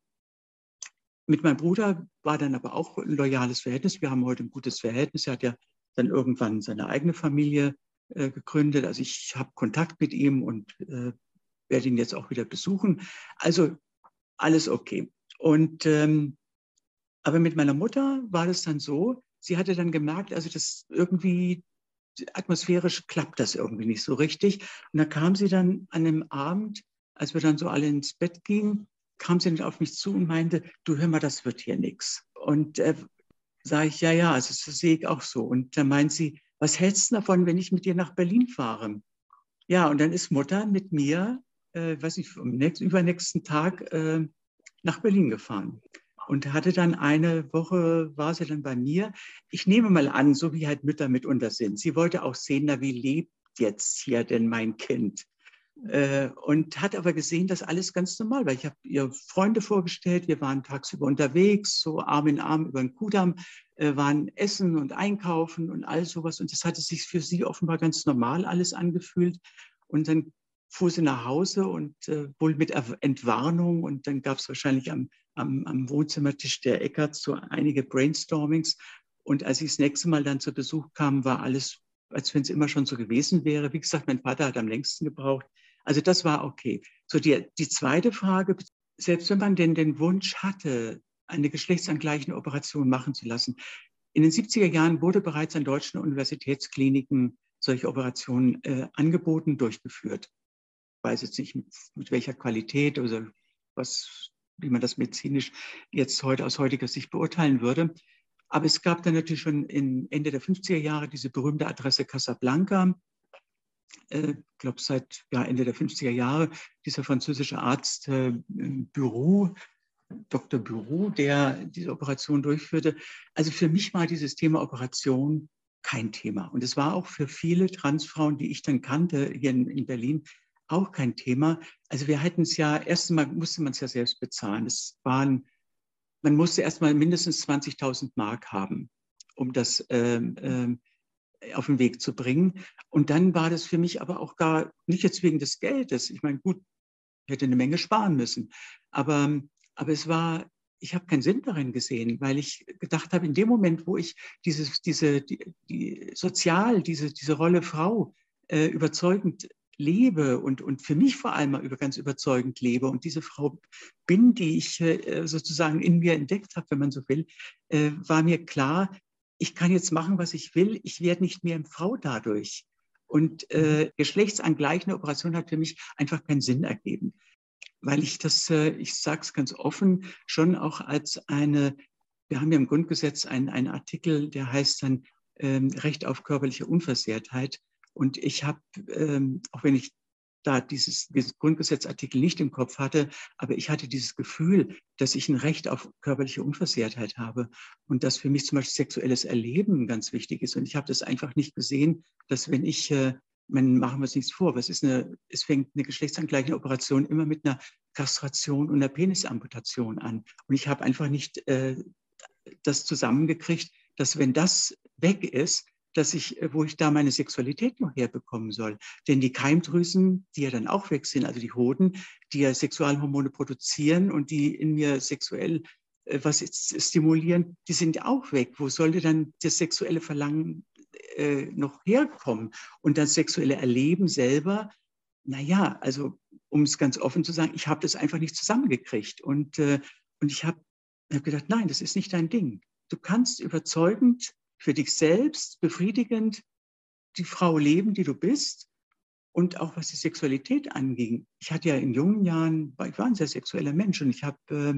mit meinem Bruder war dann aber auch ein loyales Verhältnis, wir haben heute ein gutes Verhältnis, er hat ja dann irgendwann seine eigene Familie äh, gegründet, also ich habe Kontakt mit ihm und äh, werde ihn jetzt auch wieder besuchen, also alles okay. Und ähm, aber mit meiner Mutter war das dann so, sie hatte dann gemerkt, also das irgendwie atmosphärisch klappt das irgendwie nicht so richtig. Und da kam sie dann an einem Abend, als wir dann so alle ins Bett gingen, kam sie dann auf mich zu und meinte, du hör mal, das wird hier nichts. Und äh, sage ich, ja, ja, also das sehe ich auch so. Und dann meint sie, was hältst du davon, wenn ich mit dir nach Berlin fahre? Ja, und dann ist Mutter mit mir, äh, weiß ich, am nächsten, übernächsten Tag äh, nach Berlin gefahren. Und hatte dann eine Woche, war sie dann bei mir. Ich nehme mal an, so wie halt Mütter mitunter sind. Sie wollte auch sehen, na, wie lebt jetzt hier denn mein Kind? Äh, und hat aber gesehen, dass alles ganz normal war. Ich habe ihr Freunde vorgestellt, wir waren tagsüber unterwegs, so Arm in Arm über den Kudamm, äh, waren essen und einkaufen und all sowas. Und das hatte sich für sie offenbar ganz normal alles angefühlt. Und dann fuhr sie nach Hause und äh, wohl mit Entwarnung. Und dann gab es wahrscheinlich am, am, am Wohnzimmertisch der Eckarts so einige Brainstormings. Und als ich das nächste Mal dann zu Besuch kam, war alles, als wenn es immer schon so gewesen wäre. Wie gesagt, mein Vater hat am längsten gebraucht. Also das war okay. So die, die zweite Frage, selbst wenn man denn den Wunsch hatte, eine geschlechtsangleichende Operation machen zu lassen, In den siebziger Jahren wurde bereits an deutschen Universitätskliniken solche Operationen äh, angeboten, durchgeführt. Ich weiß jetzt nicht, mit, mit welcher Qualität oder was, wie man das medizinisch jetzt heute aus heutiger Sicht beurteilen würde. Aber es gab dann natürlich schon in Ende der fünfziger Jahre diese berühmte Adresse Casablanca. Äh, ich glaube, seit ja, Ende der fünfziger Jahre, dieser französische Arzt äh, Bureau, Doktor Bureau, der diese Operation durchführte. Also für mich war dieses Thema Operation kein Thema. Und es war auch für viele Transfrauen, die ich dann kannte hier in, in Berlin, auch kein Thema. Also wir hatten es ja, erstmal musste man es ja selbst bezahlen. Es waren, man musste erstmal mindestens zwanzigtausend Mark haben, um das ähm, ähm, auf den Weg zu bringen. Und dann war das für mich aber auch gar nicht jetzt wegen des Geldes. Ich meine, gut, ich hätte eine Menge sparen müssen. Aber, aber es war, ich habe keinen Sinn darin gesehen, weil ich gedacht habe, in dem Moment, wo ich dieses, diese, die, die sozial, diese, diese Rolle Frau äh, überzeugend lebe und, und für mich vor allem über ganz überzeugend lebe und diese Frau bin, die ich äh, sozusagen in mir entdeckt habe, wenn man so will, äh, war mir klar, ich kann jetzt machen, was ich will, ich werde nicht mehr Frau dadurch. Und äh, geschlechtsangleichende Operation hat für mich einfach keinen Sinn ergeben, weil ich das, äh, ich sage es ganz offen, schon auch als eine, wir haben ja im Grundgesetz einen, einen Artikel, der heißt dann ähm, Recht auf körperliche Unversehrtheit. Und ich habe, ähm, auch wenn ich da dieses, dieses Grundgesetzartikel nicht im Kopf hatte, aber ich hatte dieses Gefühl, dass ich ein Recht auf körperliche Unversehrtheit habe und dass für mich zum Beispiel sexuelles Erleben ganz wichtig ist. Und ich habe das einfach nicht gesehen, dass wenn ich, äh, man, machen wir uns nichts vor, was ist eine, es fängt eine geschlechtsangleichende Operation immer mit einer Kastration und einer Penisamputation an. Und ich habe einfach nicht äh, das zusammengekriegt, dass wenn das weg ist, dass ich, wo ich da meine Sexualität noch herbekommen soll. Denn die Keimdrüsen, die ja dann auch weg sind, also die Hoden, die ja Sexualhormone produzieren und die in mir sexuell äh, was stimulieren, die sind auch weg. Wo sollte dann das sexuelle Verlangen äh, noch herkommen? Und das sexuelle Erleben selber, naja, also um es ganz offen zu sagen, ich habe das einfach nicht zusammengekriegt. Und, äh, und ich habe hab gedacht, nein, das ist nicht dein Ding. Du kannst überzeugend für dich selbst befriedigend die Frau leben, die du bist. Und auch was die Sexualität anging. Ich hatte ja in jungen Jahren, ich war ein sehr sexueller Mensch und ich habe, äh,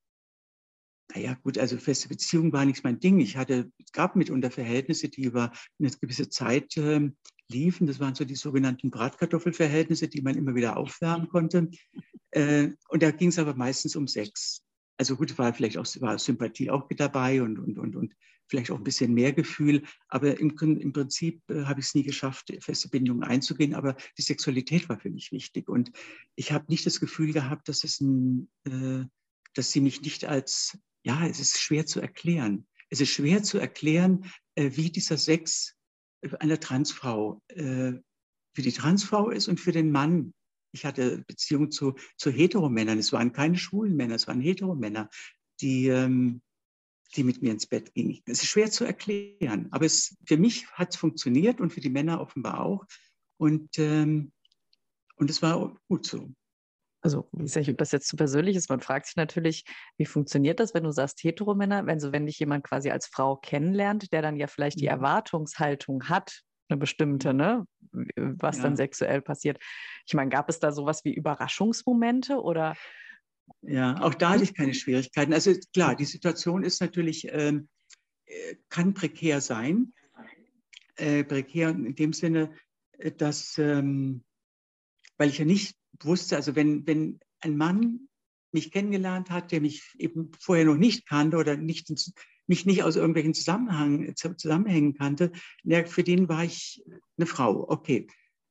naja gut, also feste Beziehungen war nichts mein Ding. Ich hatte, es gab mitunter Verhältnisse, die über eine gewisse Zeit äh, liefen. Das waren so die sogenannten Bratkartoffelverhältnisse, die man immer wieder aufwärmen konnte. Äh, und da ging es aber meistens um Sex. Also gut, war vielleicht auch war Sympathie auch mit dabei und, und, und, und vielleicht auch ein bisschen mehr Gefühl. Aber im, im Prinzip äh, habe ich es nie geschafft, feste Bindungen einzugehen. Aber die Sexualität war für mich wichtig. Und ich habe nicht das Gefühl gehabt, dass, es ein, äh, dass sie mich nicht als, ja, es ist schwer zu erklären. Es ist schwer zu erklären, äh, wie dieser Sex einer Transfrau äh, für die Transfrau ist und für den Mann. Ich hatte Beziehungen zu, zu Heteromännern. Es waren keine schwulen Männer, es waren Heteromänner, die, ähm, die mit mir ins Bett gingen. Es ist schwer zu erklären, aber es, für mich hat es funktioniert und für die Männer offenbar auch. Und, ähm, und es war gut so. Also, ich sage, ob das jetzt zu persönlich ist, man fragt sich natürlich, wie funktioniert das, wenn du sagst Heteromänner, wenn so, wenn dich jemand quasi als Frau kennenlernt, der dann ja vielleicht die Erwartungshaltung hat, eine bestimmte, ne, was Ja. dann sexuell passiert. Ich meine, gab es da sowas wie Überraschungsmomente oder? Ja, auch da hatte ich keine Schwierigkeiten. Also klar, die Situation ist natürlich, ähm, kann prekär sein. Äh, prekär in dem Sinne, dass, ähm, weil ich ja nicht wusste, also wenn, wenn ein Mann mich kennengelernt hat, der mich eben vorher noch nicht kannte oder nicht, mich nicht aus irgendwelchen Zusammenhang, Zusammenhängen kannte, ja, für den war ich eine Frau, okay.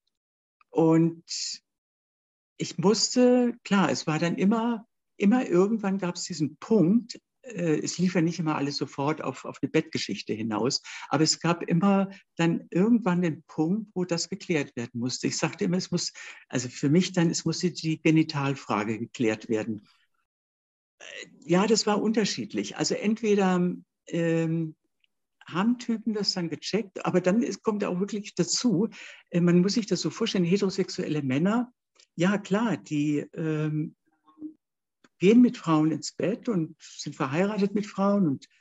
Und ich musste, klar, es war dann immer, immer irgendwann gab es diesen Punkt, äh, es lief ja nicht immer alles sofort auf, auf eine Bettgeschichte hinaus, aber es gab immer dann irgendwann den Punkt, wo das geklärt werden musste. Ich sagte immer, es muss, also für mich dann, es musste die Genitalfrage geklärt werden. Äh, ja, das war unterschiedlich. Also entweder ähm, haben Typen das dann gecheckt, aber dann ist, kommt auch wirklich dazu, äh, man muss sich das so vorstellen, heterosexuelle Männer, ja klar, die ähm, gehen mit Frauen ins Bett und sind verheiratet mit Frauen und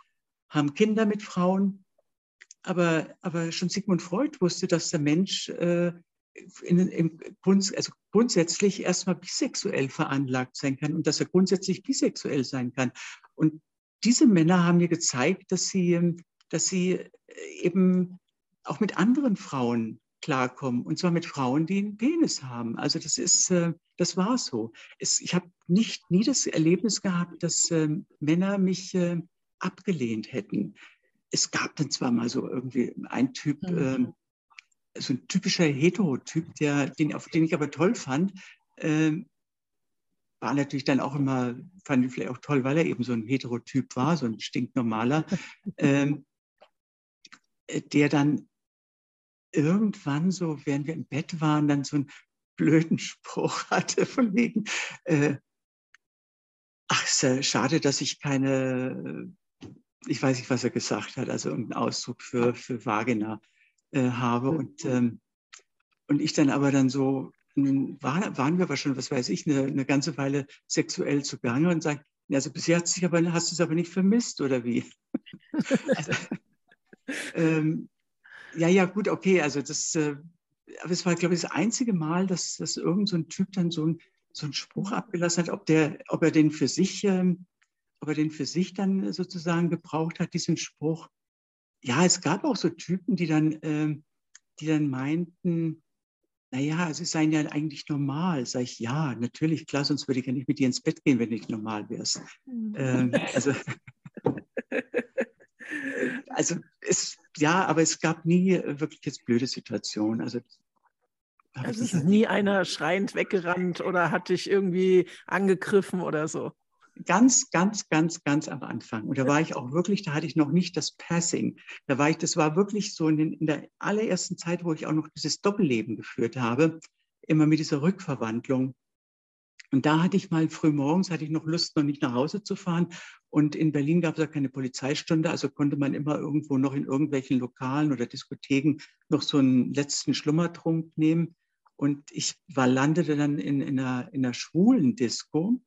haben Kinder mit Frauen. Aber, aber schon Sigmund Freud wusste, dass der Mensch äh, in, in Grund, also grundsätzlich erstmal bisexuell veranlagt sein kann und dass er grundsätzlich bisexuell sein kann. Und diese Männer haben mir gezeigt, dass sie, dass sie eben auch mit anderen Frauen klarkommen. Und zwar mit Frauen, die einen Penis haben. Also das ist, äh, das war so. Es, ich habe nicht nie das Erlebnis gehabt, dass äh, Männer mich äh, abgelehnt hätten. Es gab dann zwar mal so irgendwie einen Typ, mhm. äh, so ein typischer Heterotyp, der, den, auf den ich aber toll fand, äh, war natürlich dann auch immer, fand ich vielleicht auch toll, weil er eben so ein Heterotyp war, so ein stinknormaler, äh, der dann irgendwann so, während wir im Bett waren, dann so einen blöden Spruch hatte von wegen, äh, ach, ist ja schade, dass ich keine... Ich weiß nicht, was er gesagt hat, also irgendeinen Ausdruck für, für Vagina äh, habe. Und, ähm, und ich dann aber dann so, war, waren wir aber schon, was weiß ich, eine, eine ganze Weile sexuell zugange und sagen, also bisher hat sich aber, hast du es aber nicht vermisst, oder wie? also, ähm, ja, ja, gut, okay, also das, äh, aber es war, glaube ich, das einzige Mal, dass, dass irgend so ein Typ dann so, ein, so einen Spruch abgelassen hat, ob, der, ob er den für sich... Ähm, ob er den für sich dann sozusagen gebraucht hat, diesen Spruch. Ja, es gab auch so Typen, die dann, äh, die dann meinten, naja, sie seien ja eigentlich normal. Sag ich, ja, natürlich, klar, sonst würde ich ja nicht mit dir ins Bett gehen, wenn du nicht normal wärst. Mhm. Ähm, also, also es, ja, aber es gab nie wirklich jetzt blöde Situationen. Also, also es ist nie einer schreiend weggerannt oder hat dich irgendwie angegriffen oder so. Ganz, ganz, ganz, ganz am Anfang. Und da war ich auch wirklich, da hatte ich noch nicht das Passing. Da war ich, das war wirklich so in, den, in der allerersten Zeit, wo ich auch noch dieses Doppelleben geführt habe, immer mit dieser Rückverwandlung. Und da hatte ich mal früh morgens, hatte ich noch Lust, noch nicht nach Hause zu fahren. Und in Berlin gab es ja keine Polizeistunde, also konnte man immer irgendwo noch in irgendwelchen Lokalen oder Diskotheken noch so einen letzten Schlummertrunk nehmen. Und ich war, landete dann in, in, einer, in einer schwulen Disco,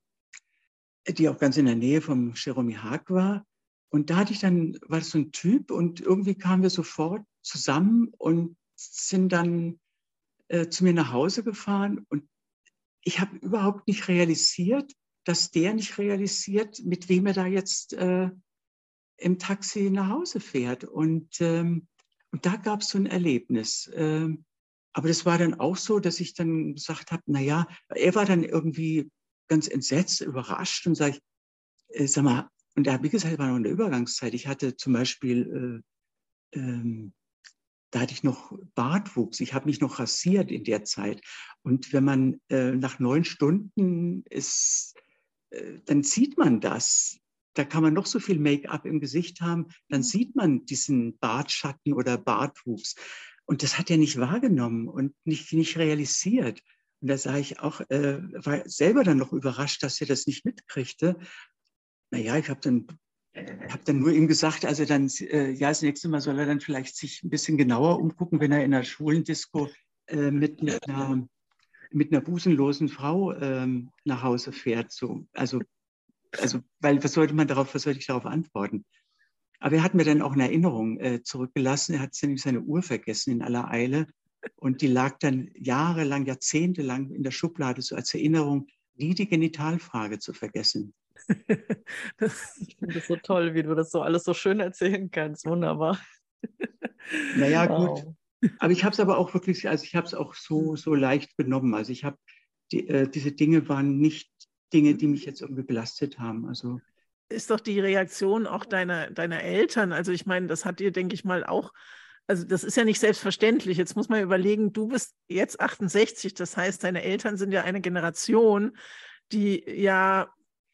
die auch ganz in der Nähe vom Jeremy Haag war. Und da hatte ich dann, war das so ein Typ und irgendwie kamen wir sofort zusammen und sind dann äh, zu mir nach Hause gefahren. Und ich habe überhaupt nicht realisiert, dass der nicht realisiert, mit wem er da jetzt äh, im Taxi nach Hause fährt. Und, ähm, und da gab es so ein Erlebnis. Ähm, aber das war dann auch so, dass ich dann gesagt habe, naja, er war dann irgendwie ganz entsetzt, überrascht und sage ich, äh, sag mal, und da, wie gesagt, war noch eine Übergangszeit. Ich hatte zum Beispiel, äh, ähm, da hatte ich noch Bartwuchs. Ich habe mich noch rasiert in der Zeit. Und wenn man äh, nach neun Stunden ist, äh, dann sieht man das. Da kann man noch so viel Make-up im Gesicht haben, dann sieht man diesen Bartschatten oder Bartwuchs. Und das hat er nicht wahrgenommen und nicht, nicht realisiert. Und da sah ich auch, äh, war selber dann noch überrascht, dass er das nicht mitkriegte. Naja, ich habe dann, hab dann nur ihm gesagt, also dann, äh, ja, das nächste Mal soll er dann vielleicht sich ein bisschen genauer umgucken, wenn er in einer schwulen Disco äh, mit, mit, einer, mit einer busenlosen Frau ähm, nach Hause fährt. So. Also, also, weil was sollte man darauf, was sollte ich darauf antworten? Aber er hat mir dann auch eine Erinnerung äh, zurückgelassen. Er hat nämlich seine Uhr vergessen in aller Eile. Und die lag dann jahrelang, jahrzehntelang in der Schublade, so als Erinnerung, nie die Genitalfrage zu vergessen. Ich finde das so toll, wie du das so alles so schön erzählen kannst. Wunderbar. Naja, wow. Gut. Aber ich habe es aber auch wirklich, also ich habe es auch so, so leicht genommen. Also ich habe, die, äh, diese Dinge waren nicht Dinge, die mich jetzt irgendwie belastet haben. Also ist doch die Reaktion auch deiner, deiner Eltern. Also ich meine, das hat dir, denke ich mal, auch, also das ist ja nicht selbstverständlich. Jetzt muss man überlegen, du bist jetzt achtundsechzig, das heißt, deine Eltern sind ja eine Generation, die ja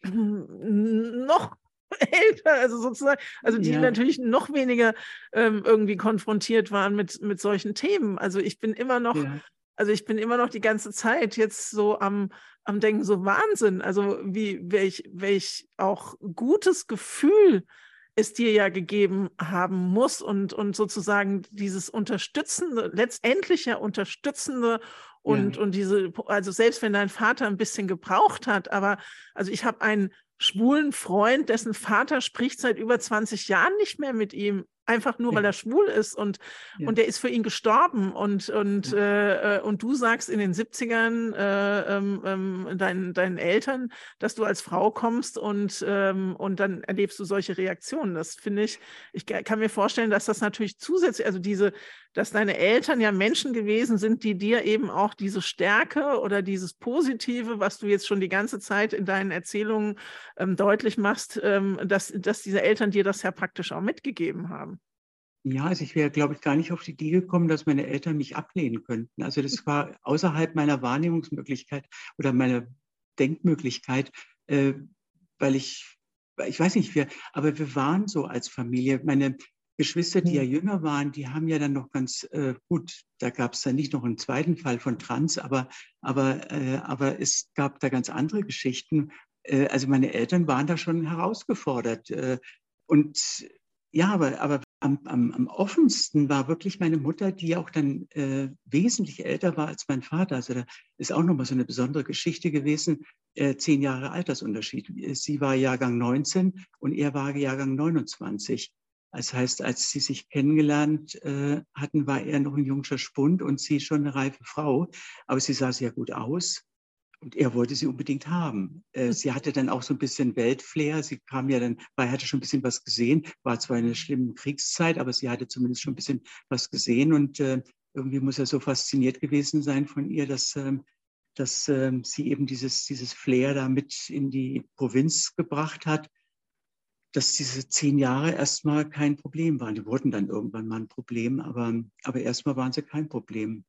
noch älter, also sozusagen, also die ja. natürlich noch weniger ähm, irgendwie konfrontiert waren mit, mit solchen Themen. Also ich bin immer noch, ja. also ich bin immer noch die ganze Zeit jetzt so am, am Denken, so Wahnsinn, also wie welch, welch auch gutes Gefühl es dir ja gegeben haben muss und, und sozusagen dieses unterstützende, letztendlich ja unterstützende und, Ja. und diese, also selbst wenn dein Vater ein bisschen gebraucht hat, aber also ich habe einen schwulen Freund, dessen Vater spricht seit über zwanzig Jahren nicht mehr mit ihm, einfach nur, Ja. weil er schwul ist und, Ja. und der ist für ihn gestorben und, und, Ja. äh, und du sagst in den siebzigern äh, ähm, ähm, deinen, deinen Eltern, dass du als Frau kommst und, ähm, und dann erlebst du solche Reaktionen. Das finde ich, ich kann mir vorstellen, dass das natürlich zusätzlich, also diese, dass deine Eltern ja Menschen gewesen sind, die dir eben auch diese Stärke oder dieses Positive, was du jetzt schon die ganze Zeit in deinen Erzählungen ähm, deutlich machst, ähm, dass, dass diese Eltern dir das ja praktisch auch mitgegeben haben. Ja, also ich wäre, glaube ich, gar nicht auf die Idee gekommen, dass meine Eltern mich ablehnen könnten. Also das war außerhalb meiner Wahrnehmungsmöglichkeit oder meiner Denkmöglichkeit, äh, weil ich, ich weiß nicht, wir, aber wir waren so als Familie. Meine Geschwister, die ja jünger waren, die haben ja dann noch ganz äh, gut, da gab es dann nicht noch einen zweiten Fall von Trans, aber, aber, äh, aber es gab da ganz andere Geschichten. Äh, also meine Eltern waren da schon herausgefordert. Äh, und ja, aber, aber am, am, am offensten war wirklich meine Mutter, die auch dann äh, wesentlich älter war als mein Vater. Also da ist auch nochmal so eine besondere Geschichte gewesen. Äh, zehn Jahre Altersunterschied. Sie war Jahrgang neunzehn und er war Jahrgang neunundzwanzig. Das heißt, als sie sich kennengelernt äh, hatten, war er noch ein junger Spund und sie schon eine reife Frau. Aber sie sah sehr gut aus. Und er wollte sie unbedingt haben. Äh, sie hatte dann auch so ein bisschen Weltflair. Sie kam ja dann, weil er hatte schon ein bisschen was gesehen, war zwar in einer schlimmen Kriegszeit, aber sie hatte zumindest schon ein bisschen was gesehen. Und äh, irgendwie muss er so fasziniert gewesen sein von ihr, dass, äh, dass äh, sie eben dieses, dieses Flair da mit in die Provinz gebracht hat, dass diese zehn Jahre erstmal kein Problem waren. Die wurden dann irgendwann mal ein Problem, aber, aber erstmal waren sie kein Problem.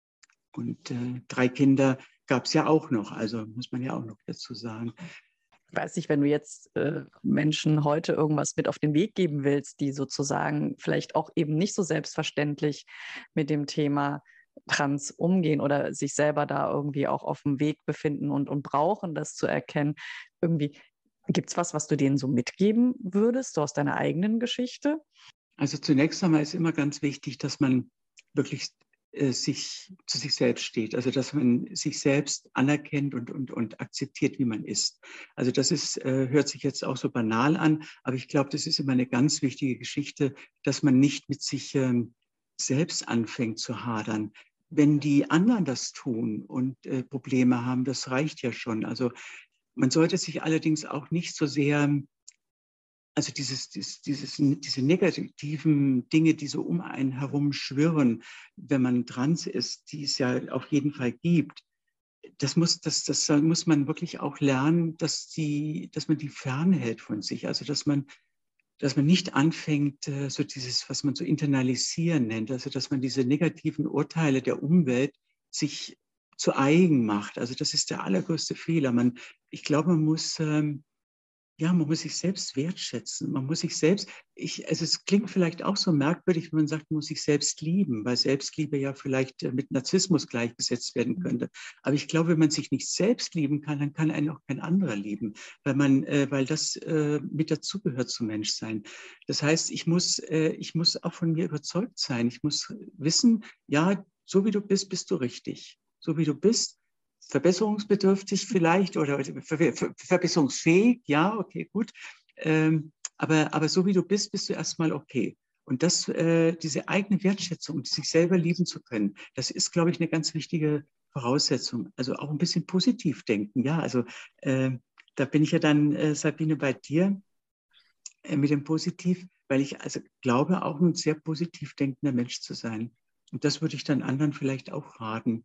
Und äh, drei Kinder gab es ja auch noch, also muss man ja auch noch dazu sagen. Ich weiß nicht, wenn du jetzt äh, Menschen heute irgendwas mit auf den Weg geben willst, die sozusagen vielleicht auch eben nicht so selbstverständlich mit dem Thema Trans umgehen oder sich selber da irgendwie auch auf dem Weg befinden und, und brauchen, das zu erkennen. Irgendwie, gibt es was, was du denen so mitgeben würdest, so aus deiner eigenen Geschichte? Also zunächst einmal ist immer ganz wichtig, dass man wirklich sich zu sich selbst steht, also dass man sich selbst anerkennt und, und, und akzeptiert, wie man ist. Also das ist, äh, hört sich jetzt auch so banal an, aber ich glaube, das ist immer eine ganz wichtige Geschichte, dass man nicht mit sich ähm, selbst anfängt zu hadern. Wenn die anderen das tun und äh, Probleme haben, das reicht ja schon. Also man sollte sich allerdings auch nicht so sehr Also dieses, dieses, dieses, diese negativen Dinge, die so um einen herum schwirren, wenn man trans ist, die es ja auf jeden Fall gibt, das muss, das, das muss man wirklich auch lernen, dass, die, dass man die fernhält von sich. Also dass man, dass man nicht anfängt, so dieses, was man so internalisieren nennt, also dass man diese negativen Urteile der Umwelt sich zu eigen macht. Also das ist der allergrößte Fehler. Man, ich glaube, man muss... Ähm, Ja, man muss sich selbst wertschätzen. Man muss sich selbst, ich, also es klingt vielleicht auch so merkwürdig, wenn man sagt, man muss sich selbst lieben, weil Selbstliebe ja vielleicht mit Narzissmus gleichgesetzt werden könnte. Aber ich glaube, wenn man sich nicht selbst lieben kann, dann kann einen auch kein anderer lieben, weil man, äh, weil das äh, mit dazugehört zum Menschsein. Das heißt, ich muss, äh, ich muss auch von mir überzeugt sein. Ich muss wissen, ja, so wie du bist, bist du richtig. So wie du bist, verbesserungsbedürftig vielleicht oder ver ver verbesserungsfähig, ja, okay, gut. Ähm, aber, aber so wie du bist, bist du erstmal okay. Und das, äh, diese eigene Wertschätzung, sich selber lieben zu können, das ist, glaube ich, eine ganz wichtige Voraussetzung. Also auch ein bisschen positiv denken, ja. Also äh, da bin ich ja dann, äh, Sabine, bei dir äh, mit dem Positiv, weil ich also glaube, auch ein sehr positiv denkender Mensch zu sein. Und das würde ich dann anderen vielleicht auch raten,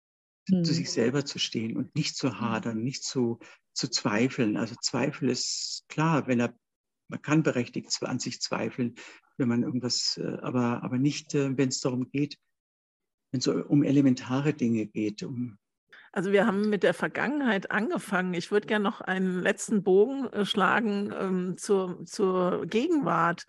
zu sich selber zu stehen und nicht zu hadern, nicht zu, zu zweifeln. Also Zweifel ist klar, wenn er, man kann berechtigt an sich zweifeln, wenn man irgendwas, aber, aber nicht, wenn es darum geht, wenn es um elementare Dinge geht. Um Also wir haben mit der Vergangenheit angefangen. Ich würde gerne noch einen letzten Bogen schlagen ähm, zur, zur Gegenwart.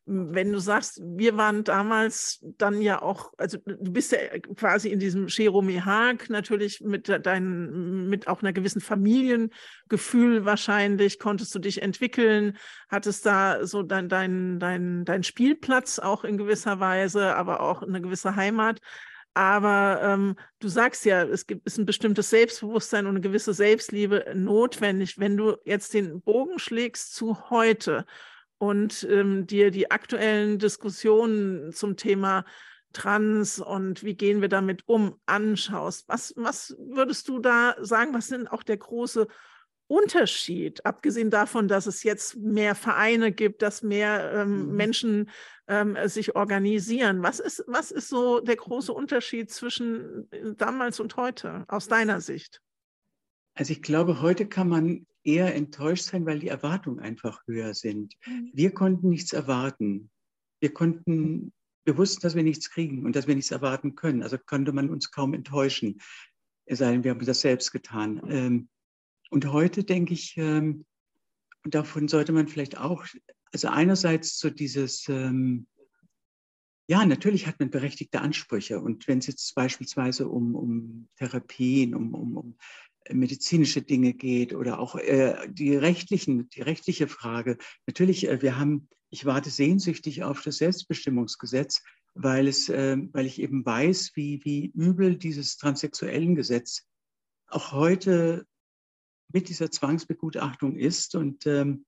wenn du sagst, wir waren damals dann ja auch, also du bist ja quasi in diesem Jerome Haag natürlich mit deinen, mit auch einer gewissen Familiengefühl wahrscheinlich, konntest du dich entwickeln, hattest da so dein, dein, dein, dein Spielplatz auch in gewisser Weise, aber auch eine gewisse Heimat. Aber ähm, du sagst ja, es gibt ist ein bestimmtes Selbstbewusstsein und eine gewisse Selbstliebe notwendig. Wenn du jetzt den Bogen schlägst zu heute und ähm, dir die aktuellen Diskussionen zum Thema Trans und wie gehen wir damit um anschaust, was, was würdest du da sagen, was sind auch der große Unterschied, abgesehen davon, dass es jetzt mehr Vereine gibt, dass mehr ähm, mhm. Menschen ähm, sich organisieren. Was ist, was ist so der große Unterschied zwischen damals und heute, aus deiner Sicht? Also ich glaube, heute kann man eher enttäuscht sein, weil die Erwartungen einfach höher sind. Mhm. Wir konnten nichts erwarten. Wir konnten, wir wussten, dass wir nichts kriegen und dass wir nichts erwarten können. Also konnte man uns kaum enttäuschen. Es sei denn, wir haben das selbst getan. Ähm, Und heute denke ich, ähm, und davon sollte man vielleicht auch, also einerseits so dieses, ähm, ja, natürlich hat man berechtigte Ansprüche. Und wenn es jetzt beispielsweise um, um Therapien, um, um, um medizinische Dinge geht oder auch äh, die rechtlichen, die rechtliche Frage, natürlich, äh, wir haben, ich warte sehnsüchtig auf das Selbstbestimmungsgesetz, weil es, äh, weil ich eben weiß, wie, wie übel dieses transsexuellen Gesetz auch heute mit dieser Zwangsbegutachtung ist. Und, ähm,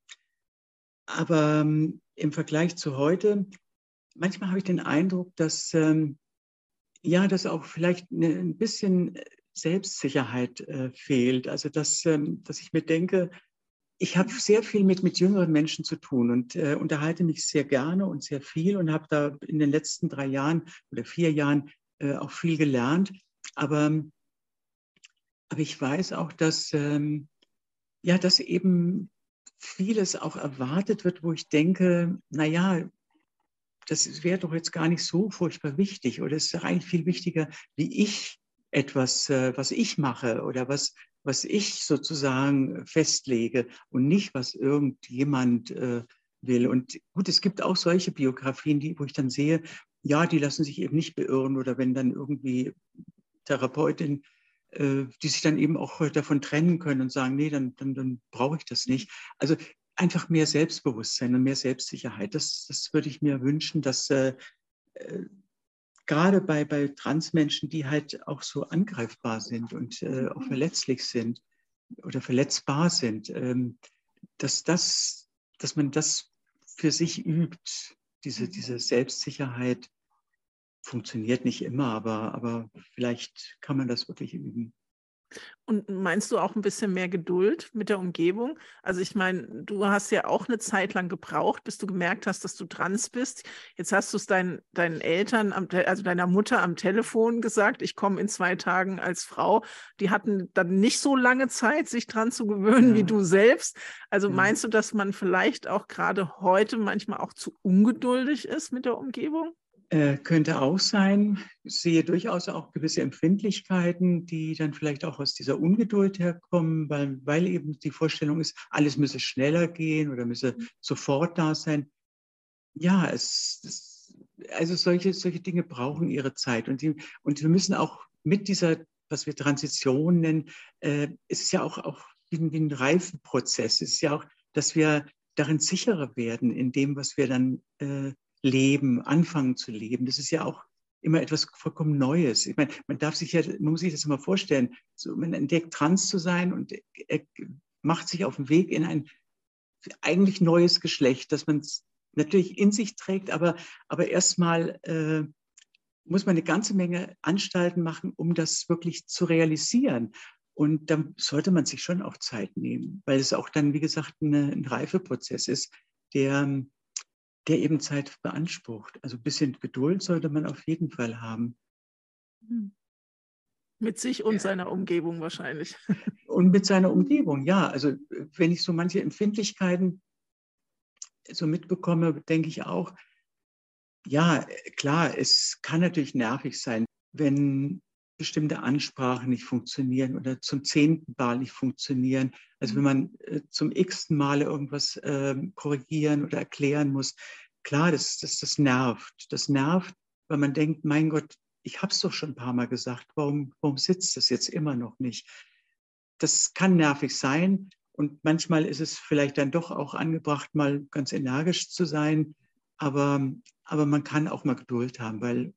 aber ähm, im Vergleich zu heute, manchmal habe ich den Eindruck, dass, ähm, ja, dass auch vielleicht eine, ein bisschen Selbstsicherheit äh, fehlt. Also dass, ähm, dass ich mir denke, ich habe sehr viel mit, mit jüngeren Menschen zu tun und äh, unterhalte mich sehr gerne und sehr viel und habe da in den letzten drei Jahren oder vier Jahren äh, auch viel gelernt. Aber Aber ich weiß auch, dass, ähm, ja, dass eben vieles auch erwartet wird, wo ich denke, naja, das wäre doch jetzt gar nicht so furchtbar wichtig oder es ist doch eigentlich viel wichtiger, wie ich etwas, äh, was ich mache oder was, was ich sozusagen festlege und nicht, was irgendjemand äh, will. Und gut, es gibt auch solche Biografien, die, wo ich dann sehe, ja, die lassen sich eben nicht beirren oder wenn dann irgendwie Therapeutin die sich dann eben auch davon trennen können und sagen, nee, dann, dann, dann brauche ich das nicht. Also einfach mehr Selbstbewusstsein und mehr Selbstsicherheit. Das, das würde ich mir wünschen, dass äh, äh, gerade bei, bei Transmenschen, die halt auch so angreifbar sind und äh, auch verletzlich sind oder verletzbar sind, ähm, dass, das, dass man das für sich übt, diese, diese Selbstsicherheit. Funktioniert nicht immer, aber, aber vielleicht kann man das wirklich üben. Und meinst du auch ein bisschen mehr Geduld mit der Umgebung? Also ich meine, du hast ja auch eine Zeit lang gebraucht, bis du gemerkt hast, dass du trans bist. Jetzt hast du es dein, deinen Eltern, am, also deiner Mutter am Telefon gesagt, ich komme in zwei Tagen als Frau. Die hatten dann nicht so lange Zeit, sich dran zu gewöhnen ja. wie du selbst. Also ja. meinst du, dass man vielleicht auch gerade heute manchmal auch zu ungeduldig ist mit der Umgebung? Äh, könnte auch sein. Ich sehe durchaus auch gewisse Empfindlichkeiten, die dann vielleicht auch aus dieser Ungeduld herkommen, weil, weil eben die Vorstellung ist, alles müsse schneller gehen oder müsse sofort da sein. Ja, es, es, also solche, solche Dinge brauchen ihre Zeit. Und, die, und wir müssen auch mit dieser, was wir Transition nennen, äh, es ist ja auch, auch wie, ein, wie ein Reifenprozess. Es ist ja auch, dass wir darin sicherer werden in dem, was wir dann äh, leben, anfangen zu leben. Das ist ja auch immer etwas vollkommen Neues. Ich meine, man darf sich ja, man muss sich das immer vorstellen, so, man entdeckt trans zu sein und er macht sich auf den Weg in ein eigentlich neues Geschlecht, das man natürlich in sich trägt, aber, aber erstmal äh, muss man eine ganze Menge Anstalten machen, um das wirklich zu realisieren. Und dann sollte man sich schon auch Zeit nehmen, weil es auch dann, wie gesagt, eine, ein Reifeprozess ist, der der eben Zeit beansprucht. Also ein bisschen Geduld sollte man auf jeden Fall haben. Mit sich und seiner Umgebung wahrscheinlich. Und mit seiner Umgebung, ja. Also wenn ich so manche Empfindlichkeiten so mitbekomme, denke ich auch, ja, klar, es kann natürlich nervig sein, wenn bestimmte Ansprachen nicht funktionieren oder zum zehnten Mal nicht funktionieren. Also wenn man äh, zum x-ten Male irgendwas äh, korrigieren oder erklären muss, klar, das, das, das nervt. Das nervt, weil man denkt, mein Gott, ich habe es doch schon ein paar Mal gesagt, warum, warum sitzt das jetzt immer noch nicht? Das kann nervig sein und manchmal ist es vielleicht dann doch auch angebracht, mal ganz energisch zu sein, aber, aber man kann auch mal Geduld haben, weil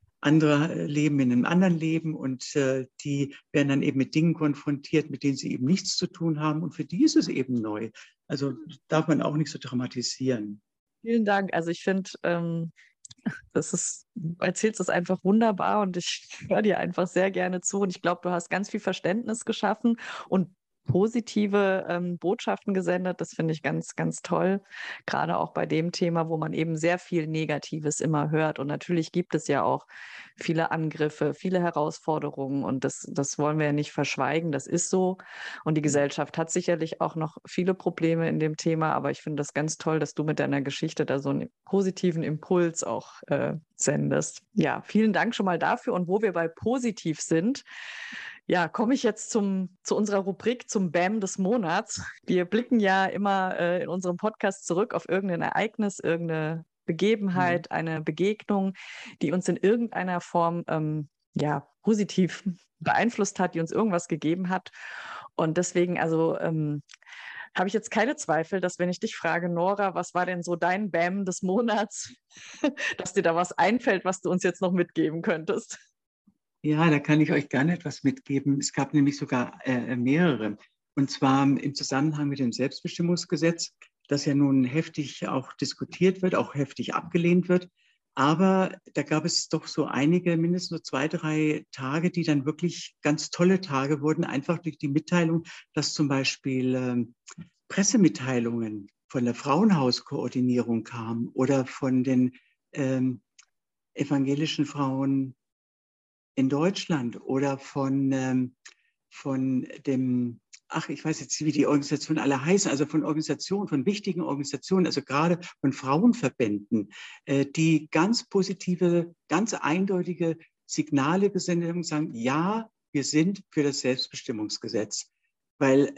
andere leben in einem anderen Leben und äh, die werden dann eben mit Dingen konfrontiert, mit denen sie eben nichts zu tun haben und für die ist es eben neu. Also darf man auch nicht so dramatisieren. Vielen Dank. Also ich finde, ähm, das ist, du erzählst es einfach wunderbar und ich höre dir einfach sehr gerne zu. Und ich glaube, du hast ganz viel Verständnis geschaffen und positive ähm, Botschaften gesendet. Das finde ich ganz, ganz toll. Gerade auch bei dem Thema, wo man eben sehr viel Negatives immer hört. Und natürlich gibt es ja auch viele Angriffe, viele Herausforderungen. Und das, das wollen wir ja nicht verschweigen. Das ist so. Und die Gesellschaft hat sicherlich auch noch viele Probleme in dem Thema. Aber ich finde das ganz toll, dass du mit deiner Geschichte da so einen positiven Impuls auch äh, sendest. Ja, vielen Dank schon mal dafür. Und wo wir bei positiv sind, ja, komme ich jetzt zum, zu unserer Rubrik zum Bam des Monats. Wir blicken ja immer äh, in unserem Podcast zurück auf irgendein Ereignis, irgendeine Begebenheit, mhm. eine Begegnung, die uns in irgendeiner Form ähm, ja, positiv beeinflusst hat, die uns irgendwas gegeben hat. Und deswegen, also ähm, habe ich jetzt keine Zweifel, dass wenn ich dich frage, Nora, was war denn so dein Bam des Monats, dass dir da was einfällt, was du uns jetzt noch mitgeben könntest? Ja, da kann ich euch gerne etwas mitgeben. Es gab nämlich sogar äh, mehrere. Und zwar im Zusammenhang mit dem Selbstbestimmungsgesetz, das ja nun heftig auch diskutiert wird, auch heftig abgelehnt wird. Aber da gab es doch so einige, mindestens nur zwei, drei Tage, die dann wirklich ganz tolle Tage wurden, einfach durch die Mitteilung, dass zum Beispiel ähm, Pressemitteilungen von der Frauenhauskoordinierung kamen oder von den ähm, evangelischen Frauen in Deutschland oder von, ähm, von dem, ach, ich weiß jetzt, wie die Organisationen alle heißen, also von Organisationen, von wichtigen Organisationen, also gerade von Frauenverbänden, äh, die ganz positive, ganz eindeutige Signale gesendet haben und sagen, ja, wir sind für das Selbstbestimmungsgesetz. Weil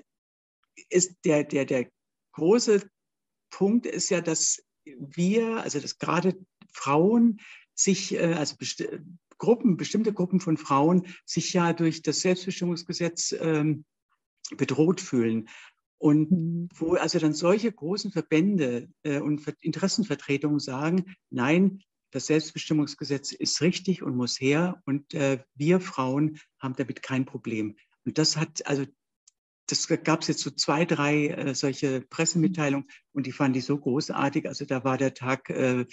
ist der, der, der große Punkt ist ja, dass wir, also dass gerade Frauen sich, äh, also besti- Gruppen, bestimmte Gruppen von Frauen sich ja durch das Selbstbestimmungsgesetz ähm, bedroht fühlen. Und mhm. wo also dann solche großen Verbände äh, und Interessenvertretungen sagen, nein, das Selbstbestimmungsgesetz ist richtig und muss her und äh, wir Frauen haben damit kein Problem. Und das hat, also das gab es jetzt so zwei, drei äh, solche Pressemitteilungen und die fand ich so großartig. Also da war der Tag äh,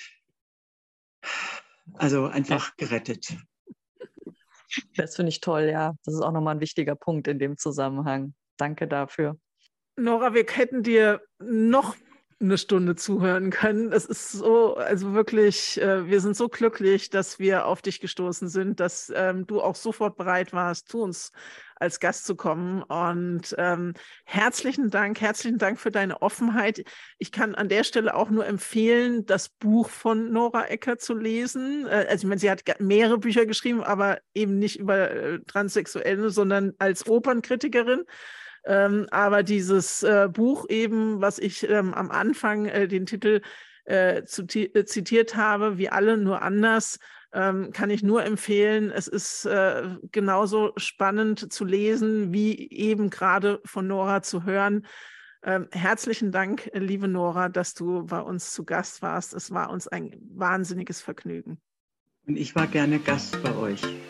also einfach gerettet. Das finde ich toll, ja. Das ist auch nochmal ein wichtiger Punkt in dem Zusammenhang. Danke dafür. Nora, wir hätten dir noch eine Stunde zuhören können. Es ist so, also wirklich, äh, wir sind so glücklich, dass wir auf dich gestoßen sind, dass ähm, du auch sofort bereit warst, zu uns als Gast zu kommen. Und ähm, herzlichen Dank, herzlichen Dank für deine Offenheit. Ich kann an der Stelle auch nur empfehlen, das Buch von Nora Ecker zu lesen. Äh, also ich meine, sie hat mehrere Bücher geschrieben, aber eben nicht über äh, Transsexuelle, sondern als Opernkritikerin. Ähm, aber dieses äh, Buch eben, was ich ähm, am Anfang äh, den Titel äh, zu, äh, zitiert habe, wie alle, nur anders, ähm, kann ich nur empfehlen. Es ist äh, genauso spannend zu lesen, wie eben gerade von Nora zu hören. Ähm, herzlichen Dank, liebe Nora, dass du bei uns zu Gast warst. Es war uns ein wahnsinniges Vergnügen. Und ich war gerne Gast bei euch.